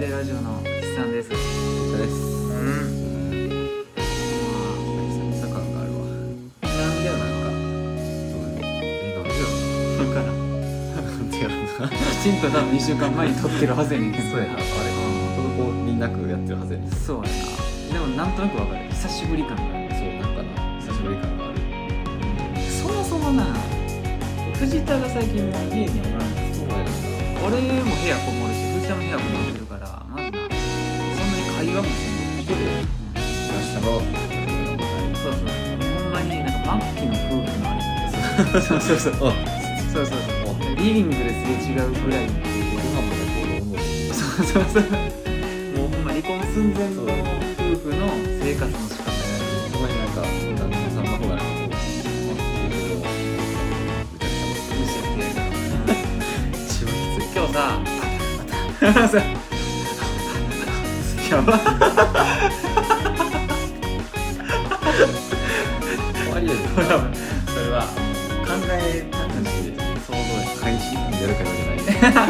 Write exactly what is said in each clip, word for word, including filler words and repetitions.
てラジオの岸さんです。 そうです。 うん。 まあ久々感があるわ。 なんでよななんか、うん、えなんでやろのかな。 なんでやろな。 きちんと多分にしゅうかんまえに撮ってるはずやねんけど。 そうやな。あれ滞りなくやってるはずやねん。 そうやな。でもなんとなくわかる。久しぶり感がある。 そうなんかな久しぶり感がある。 そもそもな、藤田が最近家におらん。 そうやな。 俺も部屋こもるし、藤田も部屋こもってるから、まずな、そんなに会話もせんで、一人で明日のそうそう、ほんまになんか末期の夫婦のアニメそうそうそうあそうそうそう、リビングですれ違うぐらいのご飯もね子供もそうそうそう、もうほんま離婚寸前の夫婦の生活の仕方やる。 ほんまになんか旦那さんの方がなんかこう持ってるけどめちゃくちゃ無視やってやるから一番きつい。 今日さやば終わりやでそれは考えたマジで想像や開始やるかやるじゃないい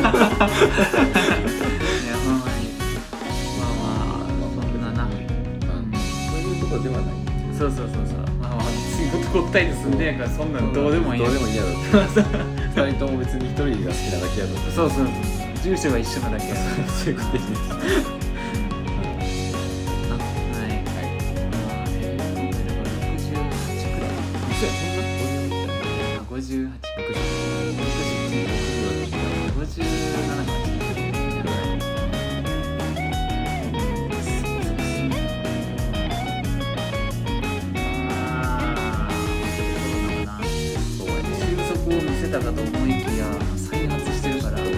やほんまにまあまあそんなな、うん、 そういうところではない。 そうそうそうそう、まあまあ次男二人で住んでんやからそんなんどうでもいいやどうでもいいやろ二人とも別に一人が好きなだけやろそうそうそう、住所が一緒なだけやからそういうことですはいはい、まあえー、今回だからろくじゅうはちくらいあごじゅうはち、ろくじゅうはち、ごじゅうななかだかと思いきや再発してるから、大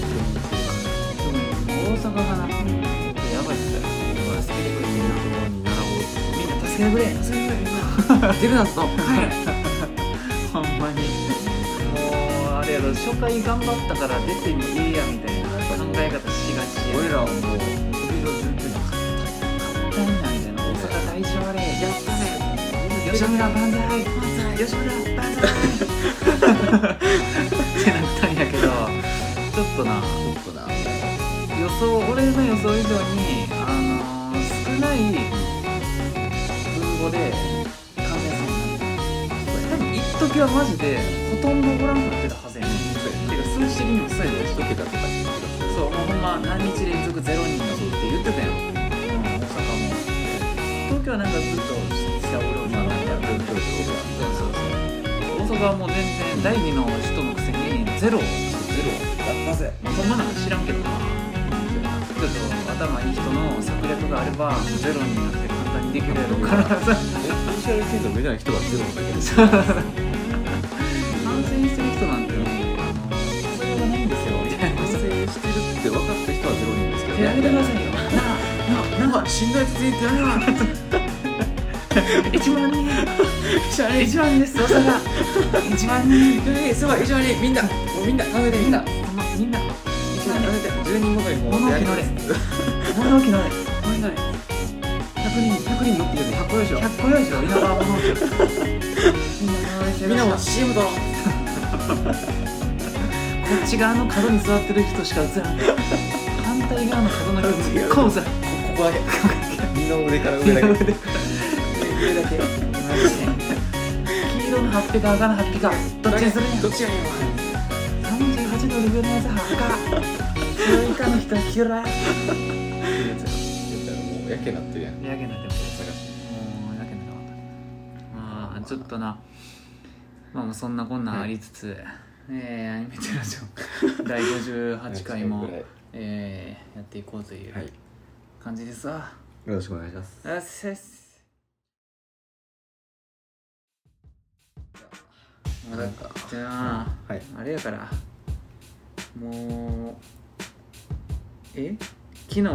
阪がな、やばいっすよ。助けてくれみんな、みんな助けてくれ、助けてくれみんな。出るなと、はい。ほんまに、もうあれやろ、初回頑張ったから出てもいいやみたいな考え方しがちや。 俺らはもう飛びの順っていうのは簡単なんだよな。大阪大勝利、やったね。吉村万歳、吉村万歳ってなったんやけど、ちょっとな、 ちょっとな予想、俺の予想以上に、あのー、少ない文語で関連性になった。多分一時はマジでほとんどご覧になってたはずやねん。てか数字的にもそうやで、 一桁とか言ってた。 そう、もうほんま何日連続ゼロ人だぞって言ってたよ、うん、大阪も。東京はなんかずっと下おろうになってやってるけど、そうそうそう。大阪はもう全然だいにの人のくせにゼロゼロやったぜ。 ほんまなんか知らんけどな。ちょっと頭いい人の策略があればゼロになって簡単にできるやろうからさ。 ピーシーアール 検査みたいな人がゼロだけど感染してる人なんてそれがないんですよみたいな。 感染してるって分かった人はゼロ人ですけど手挙げてくださいよ。なあなあなあ信頼続いてやるわいちまんにんいちまんにんです大阪いちまんにんすごいいちまんにんみんなもうみんな食べてみんなみんな食べてじゅうにんごとにもう物置乗れ物置乗れ物置乗れひゃくにんひゃくにんのってひゃっこよいしょひゃっこよいしょ稲葉物置みんなも シーエム 撮ろうこっち側の角に座ってる人しか映らない反対側の角の人にこうさここだけ二の腕から上だけ上だけ黄色のハッピか赤のハッピかどっちにするんやどっちがいいのさんじゅうはちどレベルのやつは赤それ以下の人は黄色やもうやけなってるやん。 やけなってますもうやけなってまあちょっとなまあそんなこんなんありつつ、はい、えー、アニメテラジオだいごじゅうはちかいも、えー、やっていこうという感じですわ、はい、 よろしくお願いします。 よしよしなんかじゃあ、 はい、 あれやからもうえ昨日、うん、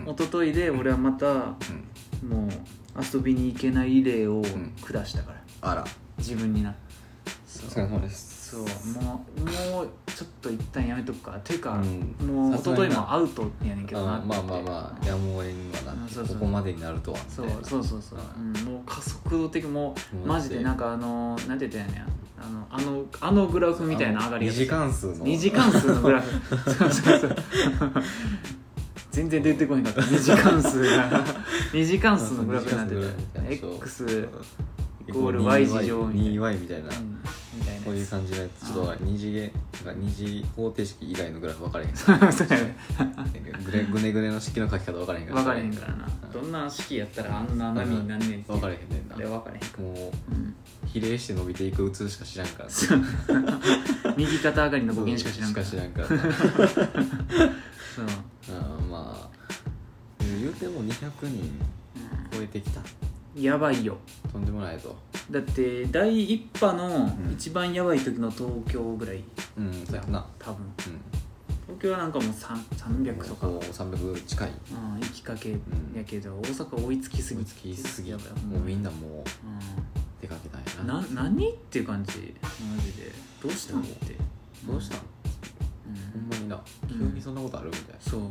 一昨日で俺はまた、うん、もう遊びに行けない例を下したから、 うん、あら自分にな。 そうお疲れ様です。 そうもうもうちょっと一旦やめとくかっていうか、うん、もう一昨日もアウトやねんけどなって。 まあまあまあやむをえんわなって、そうそうここまでになるとはそうそうそうそう、うん、もう加速度的もうマジでなんかあのなんて言ったんやねんあのあのあのグラフみたいな上がり二次関数の二次関数のグラフそうそうそう全然出てこへんかった二次関数が二次関数のグラフになってた X イコール Y 字乗にワイ みたいな、 うん、みたいなこういう感じのやつちょっと二次元なんか二次方程式以外のグラフ分からへんそうやねぐねぐねぐねの式の書き方分からへんから分からへんからな、うん、どんな式やったらあんな波になんねんって分からへんねんな。 あれ分からへんかもう、 うん、 比例して伸びていく図しか知らんから右肩上がりの語源しか知らんからしか知らんからそうあまあ言うてもにひゃくにん超えてきた、 うん、やばいよとんでもないと。 だって第一波の一番やばい時の東京ぐらい、 うん、そうやな多分、 うん、 東京はなんかもうさんびゃくとかもうさんびゃく近い、 うん、行きかけやけど、うん、大阪追いつきすぎ追いつきすぎやばいもうみんなもう、 うん、 出かけたんやな。 な何っていう感じマジでどうしたのってどうしたの、うん、ほんまにな急にそんなことあるみたいな、 そう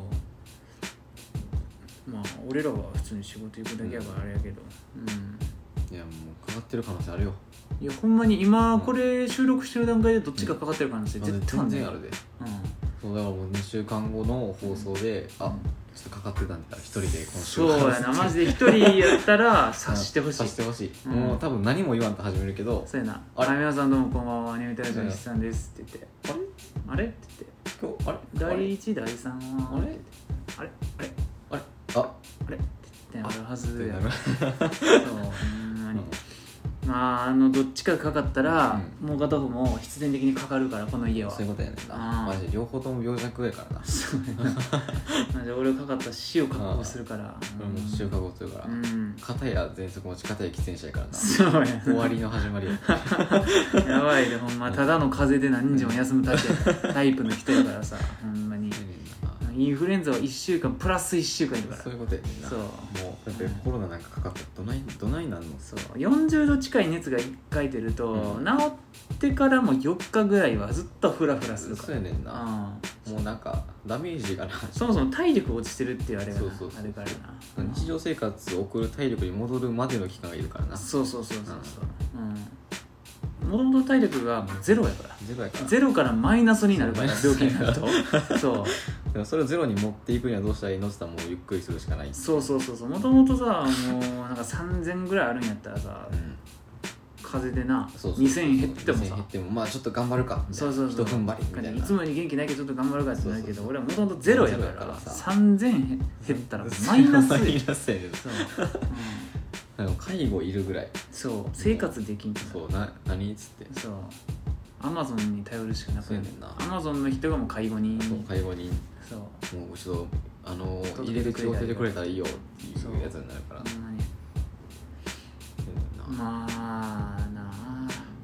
まあ俺らは普通に仕事行くだけやからあれやけど、うん、 いやもうかかってる可能性あるよ。 いやほんまに今これ収録してる段階でどっちがかかってる可能性絶対全然あるで、 うん、 そうだからもうにしゅうかんごの放送で、うん、あちょっとかかってたんだ一人で今週そうやなマジで一人やったら察してほしい察してほしい、 うん、 もう多分何も言わんと始めるけどそうやなあれ皆さんどうもこんばんはアニメタイトル西さんですって言ってあれあれって言って今日あれだいいちだいさんはあれあれあれあれああれって言ってなるはずやなるそうほんまに、うんまあ、あのどっちかがかかったら、うん、もう片方も必然的にかかるからこの家はそういうことやねんな。マジで両方とも病弱やからなそうやなマジ俺がかかったら死を覚悟するから俺も死を覚悟するから、うん、片や喘息持ち片や喫煙者やからなそうや終わりの始まりややばいでほんまただの風邪で何日も休むタイプタイプの人やからさほんまにインフルエンザはいっしゅうかんプラスいっしゅうかんいるからそういうことやねんな。そうもうだってコロナなんかかかったらどないどないなんの。 そうよんじゅうど近い熱がいっかい出ると、うん、治ってからもよっかぐらいはずっとフラフラするから。 そうやねんな、うん、もうなんかダメージがなそもそも体力落ちてるっていうあれがそうそうそうあるからな日常生活を送る体力に戻るまでの期間がいるからな。 そうそうそうそうそう、うんもともと体力がもうゼロやからゼロやからゼロからマイナスになるから病気になるとそうでもそれをゼロに持っていくにはどうしたらいいのって言ったらもうゆっくりするしかない。 そうそうそうそうもともとさもうなんかさんぜんぐらいあるんやったらさ、うん、風邪でなそうそうそうにせん減ってもさにせん減ってもまあちょっと頑張るかみたいなそうそうそう一踏ん張りみたいないつもに元気ないけどちょっと頑張るかってなるけど俺はもともとゼロやからさんぜん減ったらマイナスマイナスやねんそう、 うん、介護いるぐらいそう生活できんそうな何っつってそうアマゾンに頼るしかなくてそうやねんなアマゾンの人がもう介護人そう介護人そうもうちょっとあの入れ口を教えてくれたらいいよっていうやつになるからそんなにまあなあ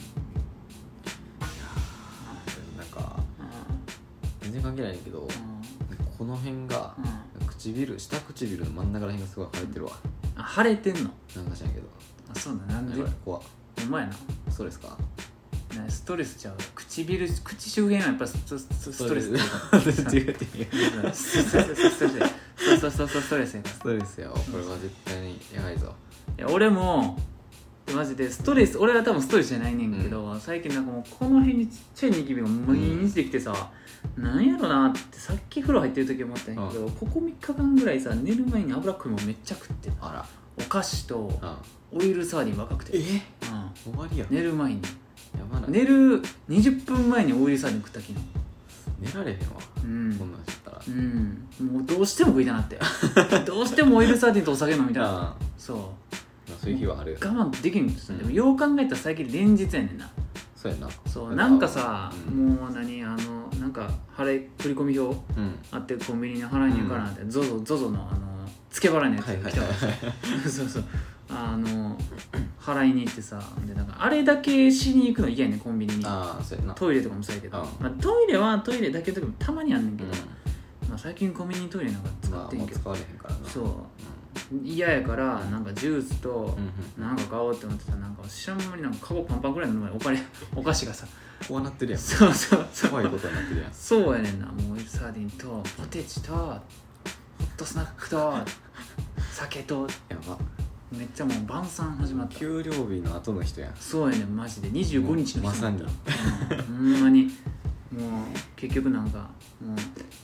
なんか全然関係ないんだけど、うん、この辺が、うん、唇下唇の真ん中ら辺がすごい腫れてるわ。 あ腫れてんのなんかしないけどあそうだなんで怖っお前なそうですかストレスちゃう唇口周辺はやっぱストストレスっていうか違うっていうストレスストレスそうそうそうストレスやストレスやこれは絶対にやばいぞ。 いや俺もマジでストレス俺は多分ストレスじゃないねんけど、うん、最近なんかもうこの辺にちっちゃいニキビが毎日できてさ、うん、なんやろなってさっき風呂入ってる時思ったんやけど、うん、ここみっかかんぐらいさ寝る前に脂っこいもんめっちゃ食ってあらお菓子とオイルサーディン若くてえ、うん、終わりや寝る前にやばない寝るにじゅっぷんまえにオイルサーディン食った昨日寝られへんわ、 うん、 こんなんしちゃったらうんもうどうしても食いたなってどうしてもオイルサーディンとお酒飲みたいなそうそういう日はある我慢できるんですよ、うん、でもよう考えたら最近連日やねんな。 そうやなそうなんかさ、うん、もう何あのなんか払い振り込み表、うん、あってコンビニに払いに行かなって、うん、ゾゾゾゾのあの付け払いのやつ来たからさそうそうあの払いに行ってさでなんかあれだけしに行くの嫌やねんコンビニに。 あそうやなトイレとかもそうやけど、まあ、トイレはトイレだけの時もたまにあんねんけど、うんまあ、最近コンビニトイレなんか使ってんけど、 まあ、もう使われへんからなそう、うん嫌やからなんかジュースとなんか買おうって思ってたらなんか知らん間になんかカゴパンパンぐらいのお金お菓子がさこうなってるやんそうそうそう怖いことになってるやんそうやねんなもうオイルサーディンとポテチとホットスナックと酒とやばめっちゃもう晩餐始まった。 給料日の後の人やん。 そうやねんマジでにじゅうごにちの人まさに、 うん、ほんまにもう結局なんかもう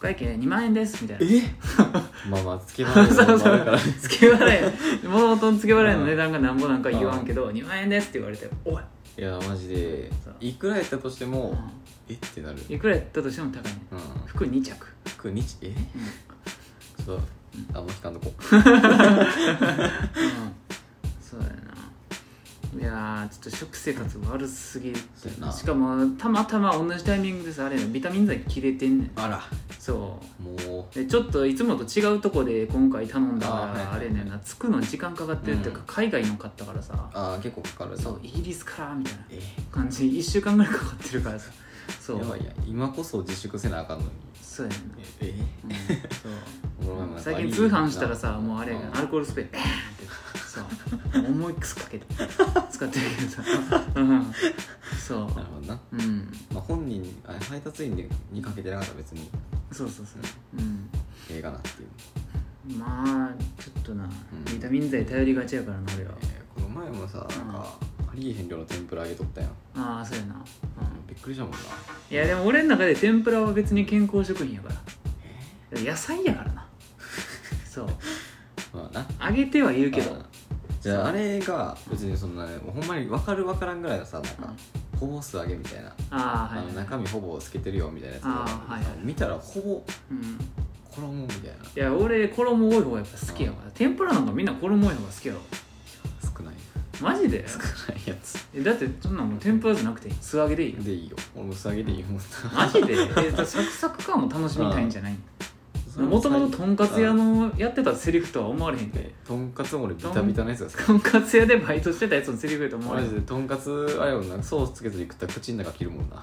会計にまん円ですみたいなえまあまあ付け払いのもあるから付け払いもともと付け払いの値段がなんぼなんか言わんけどにまん円ですって言われておいいやマジでいくらやったとしても、うん、えってなるいくらやったとしても高いね、うん、服に着服に着え、うん、ちょっと、うん、あんま聞かんとこ、 うん、そうやないやちょっと食生活悪すぎるしかもたまたま同じタイミングでさあれビタミン剤切れてんねんあらそうもうでちょっといつもと違うとこで今回頼んだから あ,、はいはいはい、あれねんな着くのに時間かかってるっていうか、うん、海外の買ったからさあ結構かかるそうイギリスからみたいな感じ、えー、いっしゅうかんぐらいかかってるからさそうやばいや今こそ自粛せなあかんのにそうやねんなええー、うん、そう最近通販したらさもうあれ、うん、アルコールスプレーバーンってそう思いっくすかけて使ってるけどさ、うん、そうなるほどな、うんまあ、本人あ配達員にかけてなかったら別にそうそうそう、うん、 ええかなっていうまあちょっとな、うん、ビタミン剤頼りがちやからな俺は、 えー、この前もさなんか、うん、ありえへん量の天ぷら揚げとったやんああそうやな、うん、 びっくりしたもんな。 いやでも俺の中で天ぷらは別に健康食品やから、えー、野菜やからなそうまあな揚げてはいるけどじゃああれが別にそんなねほんまに分かる分からんぐらいのさなんか、うん、ほぼ素揚げみたいなあ、はいはい、 あの中身ほぼ透けてるよみたいなやつが、はいはい、見たらほぼ、うん、衣みたいな。いや俺衣多い方がやっぱ好きやから、うん、天ぷらなんかみんな衣多い方が好きやろ。 少ないマジで少ないやつえだってそんなもん天ぷらじゃなくて素揚げでいいよ。 でいいよ俺も素揚げでいいよマジでえサクサク感を楽しみたいんじゃないもともととんかつ屋のやってたセリフとは思われへんでとんかつも俺ビタビタのやつがとんかつ屋でバイトしてたやつのセリフやと思われへんマジでとんかつあれをなソースつけずに食ったら口の中切るもんな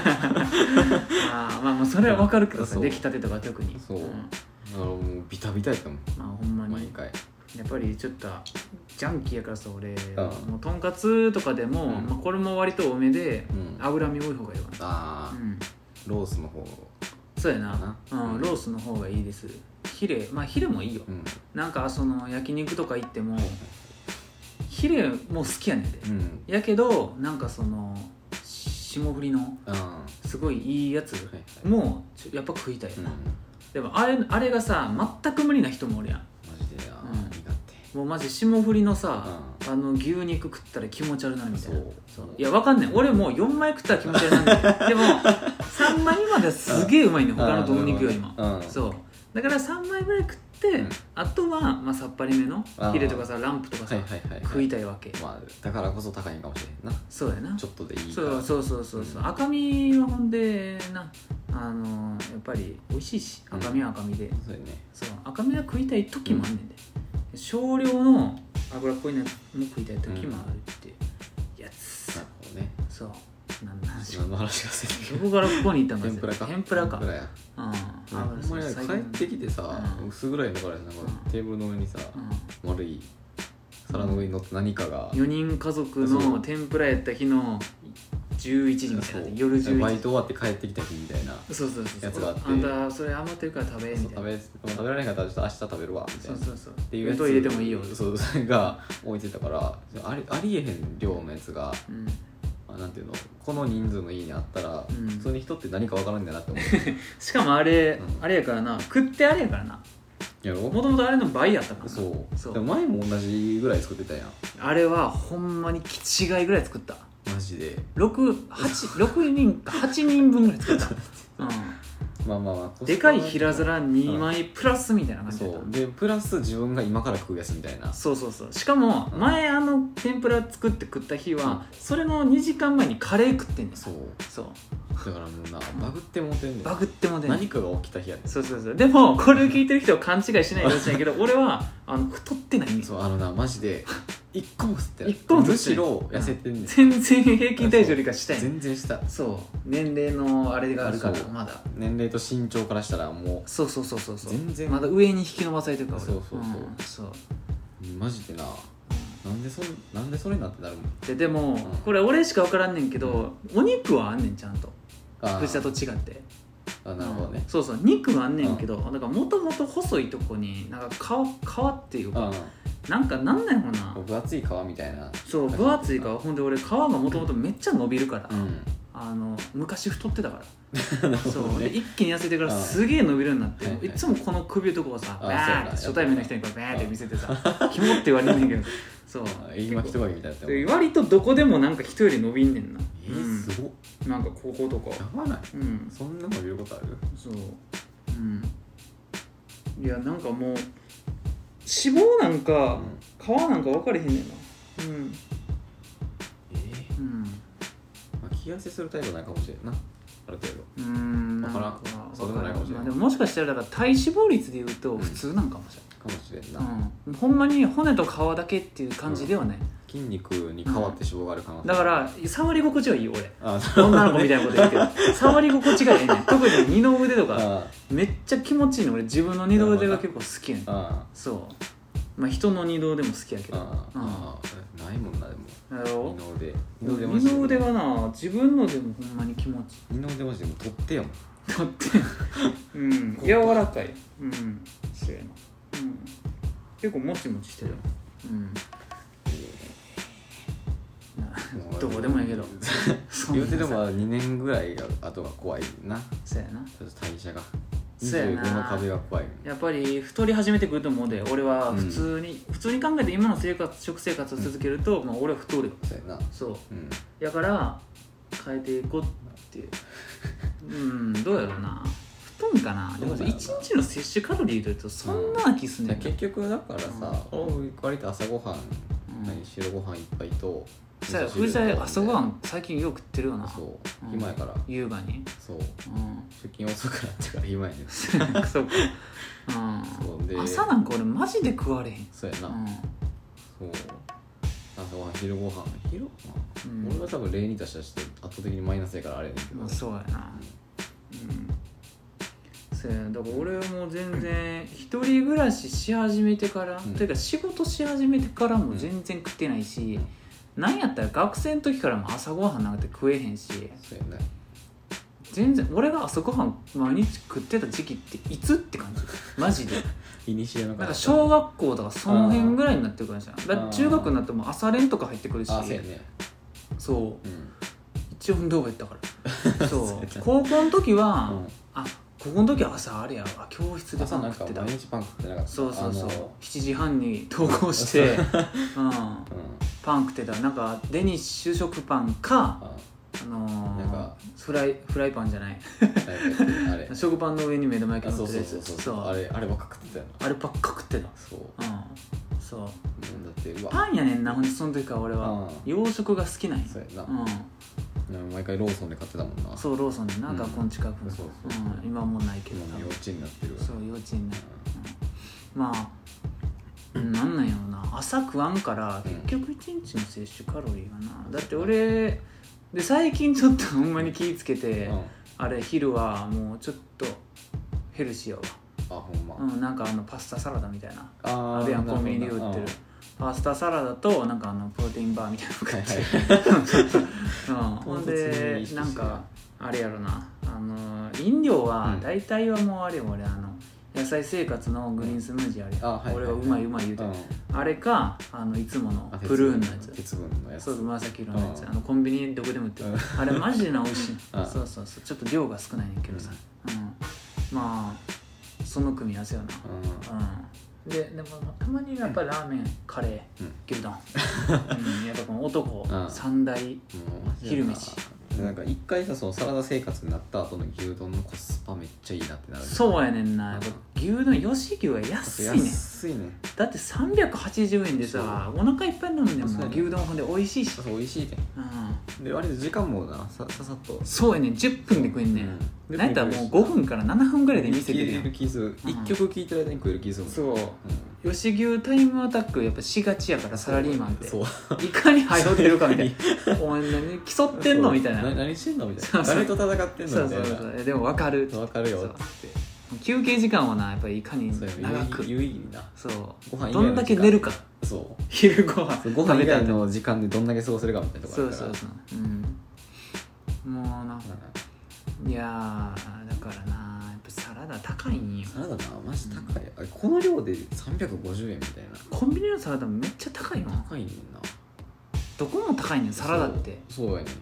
あまあまあそれは分かるけどさ出来たてとか特にそう、うん、だからもうビタビタやったもんまあほんまに毎回やっぱりちょっとジャンキーやからさ俺もうとんかつとかでも、うんまあ、これも割と多めで、うん、脂身多い方がいいわなああ、うん、ロースの方そうやな、うんうん、ロースの方がいいですヒレまあヒレもいいよ、うん、なんかその焼肉とか行っても、うん、ヒレも好きやねんで、うん、やけどなんかその霜降りのすごいいいやつもやっぱ食いたいな、うん、でもあれ、あれがさ全く無理な人もおるやんマジでや、うん、苦手もうマジ霜降りのさ、うん、あの牛肉食ったら気持ち悪いなみたいなそういやわかんねん俺もうよんまい食ったら気持ち悪いなんだでもさんまいまではすげえうまいねん他の鶏肉よりも、うん、そうだからさんまいぐらい食って、うん、あとは、まあ、さっぱりめのヒレとかさランプとかさ、はいはいはいはい、食いたいわけ、 まあ、だからこそ高いんかもしれんなそうやなちょっとでいいからそうそうそうそう、うん、赤身はほんでなあのー、やっぱり美味しいし赤身は赤身で、うん、そうやねそう赤身は食いたい時もあんねんで、うん、少量の脂っこいのも食いたい時もあるってやつ、 なるほどねそう何の話何の話かせどこからここに行ったんか天ぷらか天ぷらか天ぷらやうんほんまに帰ってきてさ、うん、薄暗いのからなんかテーブルの上にさ、うん、丸い皿の上に乗って何かがよにん家族の天ぷらやった日のじゅういちじみたいな夜じゅういちじバイト終わって帰ってきた日みたいなそうそうそうやつがあってあんたそれ余ってるから食べみたいな食べ食べられないからちょっと明日食べるわみたいなそうそうそうっていうやつ入れてもいいよそうそれが置いてたからあり、ありえへん量のやつが、うんなんていうのこの人数の家にあったら、うん、普通に人って何か分からんだなって思ってしかもあれ、うん、あれやからな食ってあれやからなやろもともとあれの倍やったからそうそうでも前も同じぐらい作ってたやんあれはほんまに気違いぐらい作ったマジで ろく, ろくにんかはちにんぶんぐらい作った、うんまあまあまあでかい平皿にまいプラスみたいな感じだった、そうでプラス自分が今から食うやつみたいなそうそうそうしかも前あの天ぷら作って食った日は、うん、それのにじかんまえにカレー食ってんねんそうそうだからもうなバグってもうてんねんバグってもうてんねん何かが起きた日やねんそうそうそうでもこれを聞いてる人は勘違いしないでほしいんやけど俺はあの太ってないねんそうあのなマジでいっこも吸ってないいっこもむしろ痩せてんねん全然平均体重よりか下やん全然下そう年齢のあれがあるからまだ年齢と身長からしたらもうそうそうそうそうそう全然まだ上に引き伸ばされてるからそうそうそう、うん、 そうマジでななんでそなんでそれになってなるのででも、うん、これ俺しか分からんねんけどお肉はあんねんちゃんと藤田と違ってあなるほどね、 うん、そうそう肉はあんねんけど、うん、だからもともと細いとこになんか皮皮っていうか、うんなんかなんなんやろな分厚い皮みたいなそう分厚い皮ほんで俺皮がもともとめっちゃ伸びるから、うん、ああの昔太ってたからそうで一気に痩せてからすげえ伸びるようになって、はいはい、いつもこの首のとこをさバーって初対面の人にこうバーって見せてさキモって言われるんだけどそう今人影みたいな割とどこでもなんか人より伸びんねんな。 えー、うん、すごっ。 なんかこことかやばない、 うん、 そんな伸びることある。 そう、うん、いやなんかもう脂肪なんか、うん、皮なんか分かれへんねんな。うんえー、うん、まあ、気痩せするタイプないかもしれんな、ある程度。 うーん、 分からん、そうでもないかもしれない、 まあ、でももしかしたらだから体脂肪率で言うと普通なんかもしれない、 うん、かもしれんな、 うん、ほんまに骨と皮だけっていう感じではない、うん、 筋肉に変わって脂肪がある可能性、うん、 だから触り心地はいいよ俺。あ女の子みたいなこと言うけど触り心地がええねん。特に二の腕とかめっちゃ気持ちいいの。俺自分の二の腕が結構好きやねん。そう、まあ人の二の腕も好きやけど。ああ、うん、ないもんな。でもやろ二の腕二の腕二の腕はな自分のでもほんまに気持ちいい。 二の腕マジでも取ってやもん。 取ってうん柔らかい。うんそうやな、うん、結構もちもちしてる。うんどこでもいいけど言うてでもにねんぐらいが後が怖いな。 そうやな、 ちょっと代謝がにじゅうごの壁が怖い。 やっぱり太り始めてくると思うで。俺は普通に、うん、普通に考えて今の生活食生活を続けると、うん、まあ、俺は太るよ。 そうやな。 そう、うん、やから変えていこうっていううんどうやろうな。太んかな。でもいちにちの摂取カロリーで言うとそんな気すんねん、 うん、結局だからさ、うん、割と朝ごはん、うん、白ご飯いっぱいとさあ藤田朝ごはん最近よく食ってるよな。 そう、うん、暇やから優雅に。そう、うん、 出勤遅くなってから暇やねんそうか、うん、そうで朝なんか俺マジで食われへん。 そうやな、うん、そう朝ごはん昼ごはん昼、まあうん、俺は多分例に出したして圧倒的にマイナスやからあれやねんけど、 まあ、そうやな、うんうんそうやだから俺も全然一人暮らしし始めてから、うん、というか仕事し始めてからも全然食ってないし、うん、なんやったら学生の時からも朝ごはんなんて食えへんし。 そうやね。 全然俺が朝ごはん毎日食ってた時期っていつって感じマジでイニシエのなんか小学校とかその辺ぐらいになってくるんじゃん。だから中学になっても朝練とか入ってくるし。 あそうやね。 そう、うん、一応運動部やったからそう高校の時は、うん、あ高校の時は朝あれやわ教室でパン食ってた。 毎日パン食ってなかった。そうそうそうしちじはんに登校して、うんうん、パン食ってた。なんかデニッシュ食パンかあのー、なんかフライフライパンじゃないあれ食パンの上に目玉焼き乗ってるやつ。 そうそうそうそうあれあればっか食ってたよな。 あればっか食ってた。 そう、 うん、そうだってうわパンやねんな。ほんでその時から俺は、うん、洋食が好きなんや。 そうやな、うん毎回ローソンで買ってたもんな。 そうローソンでな、うん、学校の近くの。そうそうそう、うん、今はもうないけど今幼稚園になってるわ。 そう幼稚園になって、うん、まあなんなんやろな朝食わんから結局いちにちの摂取カロリーがな、うん、だって俺で最近ちょっとほんまに気ぃつけて、うん、あれ昼はもうちょっとヘルシーやわ。 あほんま、 うん、なんかあのパスタサラダみたいな あ, あるやんコンビニで売ってるパスタサラダとなんかあのプロテインバーみたいなの買って、はいはい、うん、ほんでなんかあれやろなあの飲料は大体はもうあれよ俺あの野菜生活のグリーンスムージーあれ、うんあはいはいはい、俺がうまいうまい言うて、うん、あれかあのいつものプルーンのやつ鉄分のやつそう紫色のやつ、うん、あのコンビニどこでも売ってる、うん、あれマジでな美味しいそうそうそうちょっと量が少ないねんけどさ、うんうん、まあその組み合わせよな、うんうん、ででもたまにやっぱりラーメン、うん、カレー、うん、牛丼、うん、やっぱこの男、うん、三大昼飯なんか一回さそのサラダ生活になった後の牛丼のコスパめっちゃいいなってなる。 そうやねんな。牛丼吉牛は安いねん。 安いね。 だってさんびゃくはちじゅうえんでさお腹いっぱいになるんだよ。牛丼ほんで美味しいし。 そう美味しいね。うん。で割と時間もなさささっと。 そうやねんじゅっぷんで食えんねん。うん、なんやったらもうごふんからななふんぐらいで見せてるやん。 一曲聴いてる間に食える気するもん。 そう。うん、吉牛タイムアタックやっぱしがちやからサラリーマンって。そう。いかに早出るかみたいな。お前何競ってんのみたいな。 何してんのみたいな。誰と戦ってんのみたいな。そうそうそうでも分かる分かるよって休憩時間はなやっぱりいかに長く有意義なそうご飯どんだけ寝るかそう昼ご飯ご飯以外の時間でどんだけ過ごせるかみたいなところあるからそうそうそううんもうな、うん、いやだからなやっぱサラダ高いんよ。 サラダなマジ高い、うん、あれこの量でさんびゃくごじゅうえんみたいな。 コンビニのサラダめっちゃ高いの。 高いねんな。 どこも高いねんサラダって。 そう、そうやねん。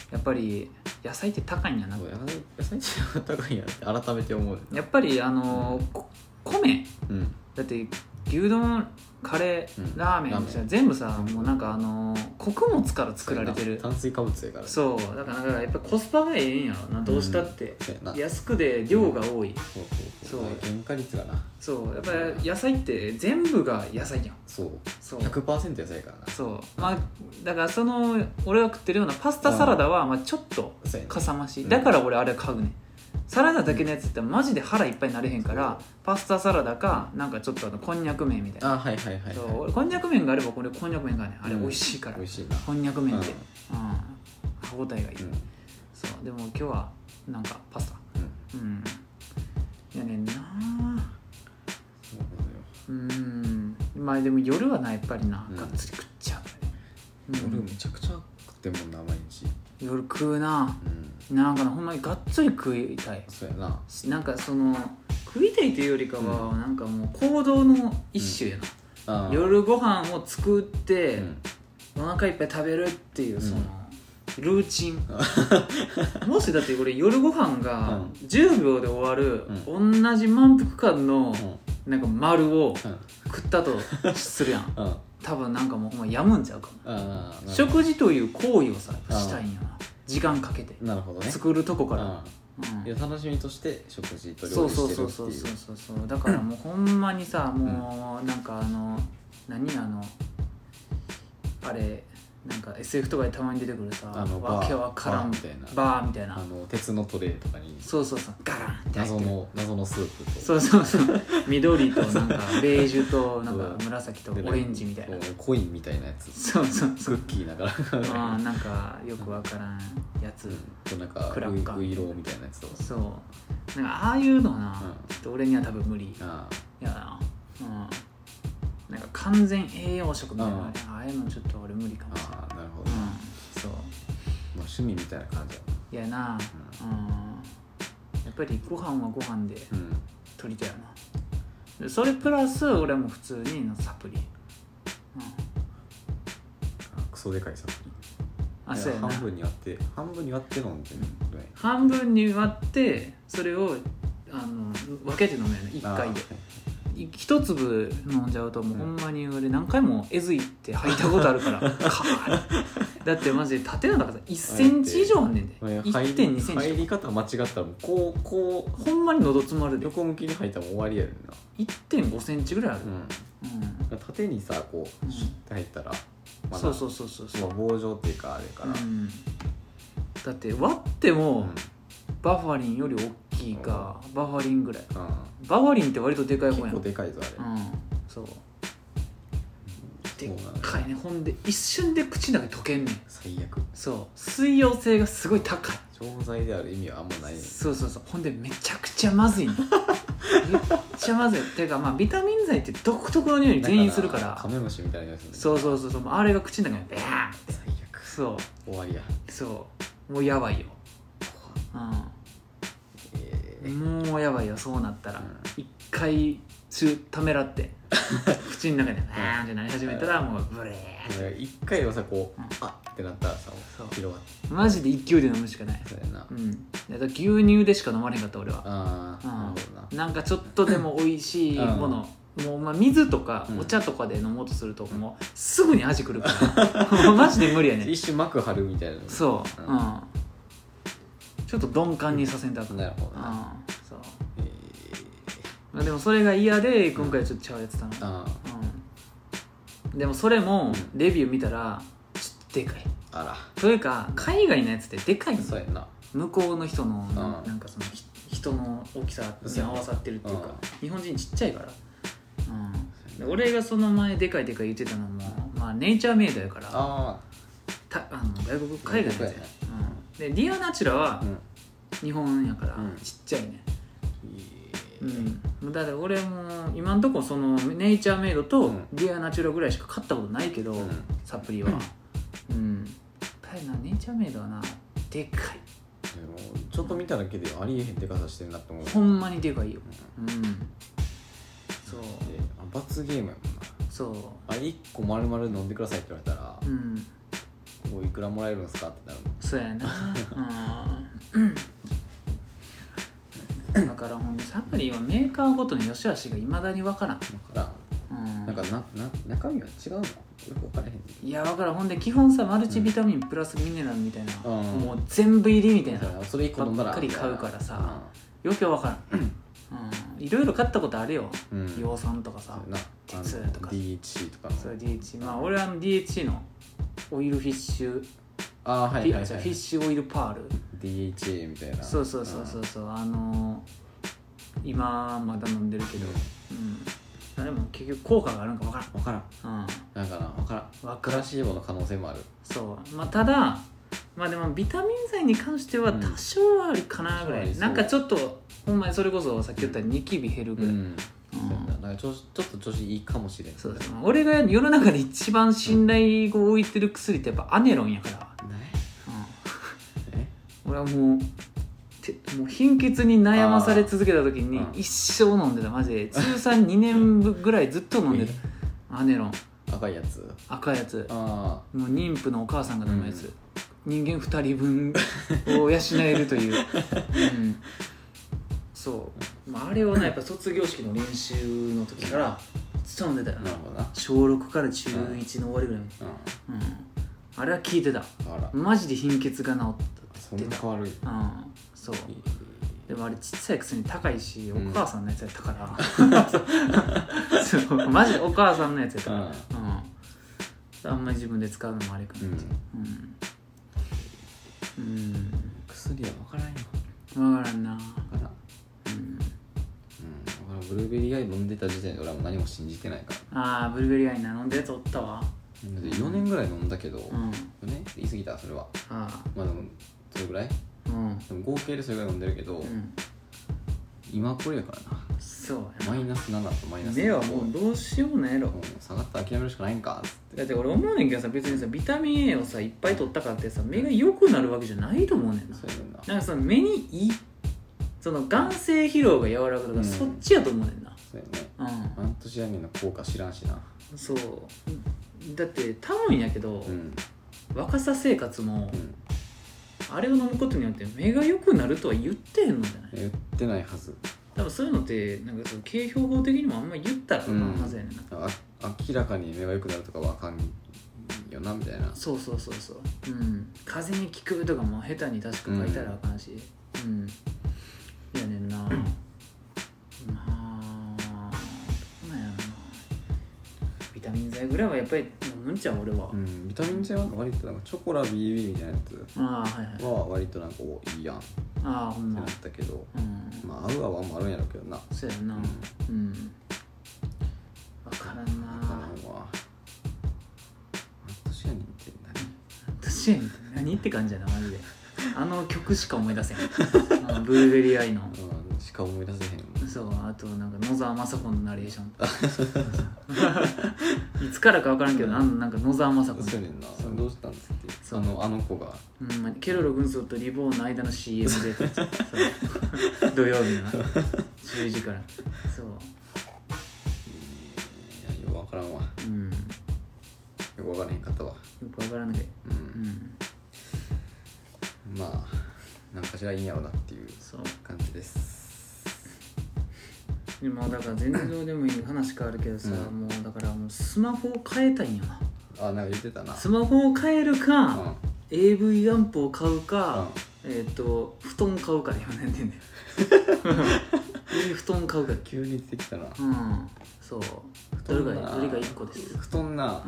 やっぱり野菜って高いんやな。 そう野菜って高いんやって改めて思う。 やっぱりあのー、米、うん、だって牛丼カレー、うん、ラーメンって全部さ、もうなんかあのー、穀物から作られてる炭水化物やから、ね、 そうだからやっぱコスパがええんやろな、どうしたって、うん、安くで量が多い、うん、 そうそうそう、原価率がな、 そうやっぱり野菜って全部が野菜やん、 そうそう ひゃくパーセント 野菜やからな、 そうまあだからその俺が食ってるようなパスタサラダはまあちょっとかさ増し、うん、だから俺あれ買うねん。サラダだけのやつってマジで腹いっぱいになれへんから、パスタサラダかなんかちょっとあのこんにゃく麺みたいな。 あ、はいはいはい、はい、 そう俺こんにゃく麺があればこれこんにゃく麺がね、あれ美味しいから、 うん、美味しいなこんにゃく麺って、 うん、 うん、歯応えがいい、うん、そうでも今日はなんかパスタ、うん、うん、やねんな。そうなのよ。うんまあでも夜はなやっぱりな、うん、がっつり食っちゃう、ね、 夜めちゃくちゃ食ってんもんな毎日。 夜食うな、うん、なんかなほんまにがっつり食いたい。 そうやな。 なんかその食いたいというよりかは、うん、なんかもう行動の一種やな、うん、夜ご飯を作って、うん、お腹いっぱい食べるっていうその、うん、ルーチンもしだってこれ夜ご飯がじゅうびょうで終わる、うん、同じ満腹感の、うん、なんか丸を食ったとするやん、うん多分なんかもうほんまやむんちゃうかも。食事という行為をさしたいんやな、時間かけて。 なるほどね。 作るとこから、 うん、いや楽しみとして食事と料理してるっていう。そうそうそうそうそうそうだからもうほんまにさもうなんかあの何あのあれなんか エスエフ とかでたまに出てくるさ、あのわけわからんみたいなバーみたいな、 あの鉄のトレーとかにそうそうそうガランって謎の謎のスープとそうそうそう緑となんかベージュとなんか紫とオレンジみたいなコインみたいなやつ、 そうそうそうクッキーながらあなんかよくわからんやつ、 うん、なんかクラッカーウイローみたいなやつとそうなんかああいうのな、うん、ちょっと俺には多分無理あやな、うんなんか完全栄養食みたいな、ああいうのちょっと俺無理かもしれない。 ああなるほど、うん、そう、まあ、趣味みたいな感じやな。いやな、うんうん、やっぱりご飯はご飯で取りたいよな、うん、それプラス俺も普通にのサプリ、うん、 クソでかいサプリあそうやな半分に割って半分に割って飲んでるぐらい半分に割ってそれをあの分けて飲めるのいっかいで一粒飲んじゃうともうほんまに俺何回もえずいって吐いたことあるからカーだってマジで縦長がさいっセンチ以上あんねんで いってんにセンチ入り方間違ったらもうこうこうほんまに喉詰まるで横向きに吐いたらもう終わりやるないってんごセンチぐらいある、 うんうん、縦にさこうシュッて入ったら、 まだそうそうそうそうそう棒状っていうかあれから、うん、 だって割っても、うんバファリンより大きいか、うん、バファリンぐらい、うん、バファリンって割とでかい方やん結構でかいぞあれ、 うん、そうでっかいねほんで一瞬で口の中に溶けんねん最悪そう水溶性がすごい高い錠剤である意味はあんまないねそうそうそうほんでめちゃくちゃまずいのめっちゃまずいっていうかまあビタミン剤って独特の匂いに全員するからカメムシみたいなやつ、ね、 そうそうそうそうあれが口の中にベーンって最悪そう終わりやそうもうやばいようん、もうやばいよそうなったら一、うん、回ためらって口の中でバーンってなり始めたらもうブレー一回はさこう、うん、あってなったらさ広がってマジで勢いで飲むしかないそうやな、 うん、だから牛乳でしか飲まれへんかった俺はあ、うん、なるほどななんかちょっとでも美味しいものもうまあ水とかお茶とかで飲もうとするともうすぐに味くるからマジで無理やね一瞬膜張るみたいなそう、うんうんちょっと鈍感にさせんとあかん。 なるほどな、うん、 そう、えーまあ、でもそれが嫌で今回ちょっとちゃうやつだな、うん、でもそれもレビュー見たらちょっとでかいあらというか海外のやつってでかいのそうやな向こうの人のな、うん、なんかその人の大きさに合わさってるっていうか、うん、日本人ちっちゃいから、うん、で俺がその前でかいでかい言ってたのも、まあ、ネイチャーメイドやからあたあの外国海外のやつや、うん、でディアナチュラは日本やからちっちゃいね、うんうん、だから俺も今んとこそのネイチャーメイドとディアナチュラぐらいしか買ったことないけど、うん、サプリは、うん、やっぱりなネイチャーメイドはなでかいでもちょっと見ただけでありえへんでかさしてるなって思うほんまにでかいよ、うん、うん、そう罰ゲームやもんなそうあいっこ丸々飲んでくださいって言われたら、 うんもういくらもらえるんですかってなるもん。 そうやなうんだからほんでサプリはメーカーごとに良し悪しがいまだに分からん。 分からん、うん、なんかなな中身が違うのよく分からへん。 いや分からん。ほんで基本さマルチビタミンプラスミネラルみたいな、うん、もう全部入りみたいなそれいっこ飲んだらばっかり買うからさ、うん、余計分からん、うん、いろいろ買ったことあるよ、うん、葉酸とかさ鉄とかディーエイチシー とかそれ ディーエイチシー まあ俺は ディーエイチシー のオイルフィッシュあー、はいはいはい、 フィッシュオイルパールディーエイチエー みたいな。 そうそうそうそうそう、あのー、今まだ飲んでるけど、うんうん、でも結局効果があるのか分からん分からん、うん、だから分からんプラシーボの可能性もある。 そう、まあ、ただまあでもビタミン剤に関しては多少はあるかなぐらい、うん、なんかちょっとほんまにそれこそさっき言ったニキビ減るぐらい、うんうん、なんかちょ、ちょっと調子いいかもしれん。 そうです、俺が世の中で一番信頼を置いてる薬ってやっぱアネロンやから、ねうん、俺はもうてもう貧血に悩まされ続けた時に一生飲んでた。マジで通算にねんぐらいずっと飲んでたアネロン。 赤いやつ赤いやつあもう妊婦のお母さんが飲むやつ、うん、人間ふたりぶんを養えるという、うん、そう、まあ、あれをねやっぱ卒業式の練習の時からずっと飲んでたよな。しょうろくからじゅういちの終わりぐらいまで、うんうん、あれは効いてた。マジで貧血が治ったって言ってた。 そんな変わる、 うん、そうでもあれちっちゃいくせに高いし、うん、お母さんのやつやったからそうマジでお母さんのやつやったから、うんうん、あんまり自分で使うのもあれかなって、うんうん、 薬は分からんよ。 分からんな。分からん、うんうん、ブルーベリーアイ飲んでた時点で俺はもう何も信じてないから。ああブルーベリーアイな飲んでやつおったわ。 よねんぐらい飲んだけど、うん、よねん言い過ぎたそれは。あまあでもそれぐらい、うん、でも合計でそれぐらい飲んでるけど、うん、今これやからな。 そうやなマイナスななとマイナス目はもうどうしようもないやろ、 うん、下がったら諦めるしかないんかっつって。 だって俺思うねんけどさ、別にさビタミン A をさいっぱい取ったからってさ目が良くなるわけじゃないと思うねんな。 そうやねんな。 なんかその目にいいその眼性疲労が和らぐとか、うん、そっちやと思うねんな。 そうやね、うん、アントシアニンの効果知らんしな。 そうだって多分やけど、うん、若さ生活も、うん、あれを飲むことによって目が良くなるとは言ってへんのじゃない？ 言ってないはず。 多分そういうのってなんかその経標法的にもあんまり言ったらあかんはずやねんな、 うん、あ明らかに目が良くなるとかはあかんよなみたいな。 そうそうそうそう、うん、風邪に効くとかも下手に確か書いたらあかんし、うん、うん、いやねんなまあどうなんやろな。ビタミン剤ぐらいはやっぱり飲むんちゃう俺は、 うん、ビタミン剤は割となんかチョコラ ビービー みたいなやつあ、はいはい、 は割となんかおいいやんあほんまってなったけど、うん、まあ合う合わんもあるんやろうけどな。 そうやな、うん、うん、分からんな。分からんわ。アントシアニンって何？ アントシアニンって何って感じやなマジで。あの曲しか思い出せへんあのブルーベリーアイの、 うん、しか思い出せへん。 そう、あとなんか野沢雅子のナレーションいつからか分からんけど、うん、あのなんか野沢雅子そうやねんな。どうしたんですってあのあの子が、 うん、ケロロ軍曹とリボーンの間の シーエム でそう土曜日のじゅうじからそういやよく分からんわ、うん、よく分からへんかったわ。よく分からんけど、うんうん、まあ何かしらいいんやろなっていう感じです。 でもだから全然どうでもいい話変わるけどさ、うん、もうだからもうスマホを変えたいんよな。 あ、なんか言ってたな。 スマホを変えるか、うん、エーブイ アンプを買うか、うん、えっ、ー、と布団買うかで今悩んでんねん布団買うか急に出てきたな。 うんそうどれがどれがいっこです。 布団な、うん、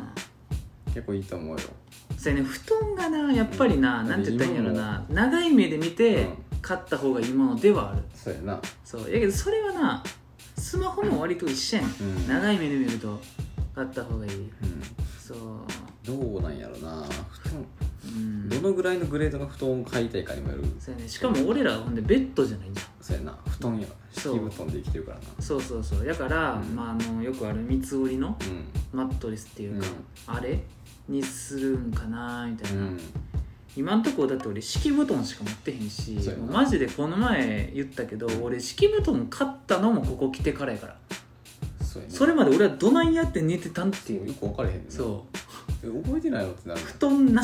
結構いいと思うよ。 それね布団がなやっぱりな、うん、なんて言ったらいいんやろな、長い目で見て、うん、買った方がいいものではある。 そうやな。 そうやけどそれはなスマホも割と一緒やねん、うん、長い目で見ると買った方がいい、うん、そうどうなんやろな布団、うん、どのぐらいのグレードの布団を買いたいかにもよる。 そうやね。しかも俺らはほんでベッドじゃないんじゃん。 そうやな布団や敷布団で生きてるからな。 そうそうそうだから、うんまあ、あのよくある三つ折りのマットレスっていうか、うん、あれにするんかなみたいな、うん、今んとこだって俺敷布団しか持ってへんしマジでこの前言ったけど俺敷布団買ったのもここ来てからやから。そうや、ね、それまで俺はどないやって寝てたんっていうよく分かれへんねん。 そう覚えてないのってなる。 布団なしやね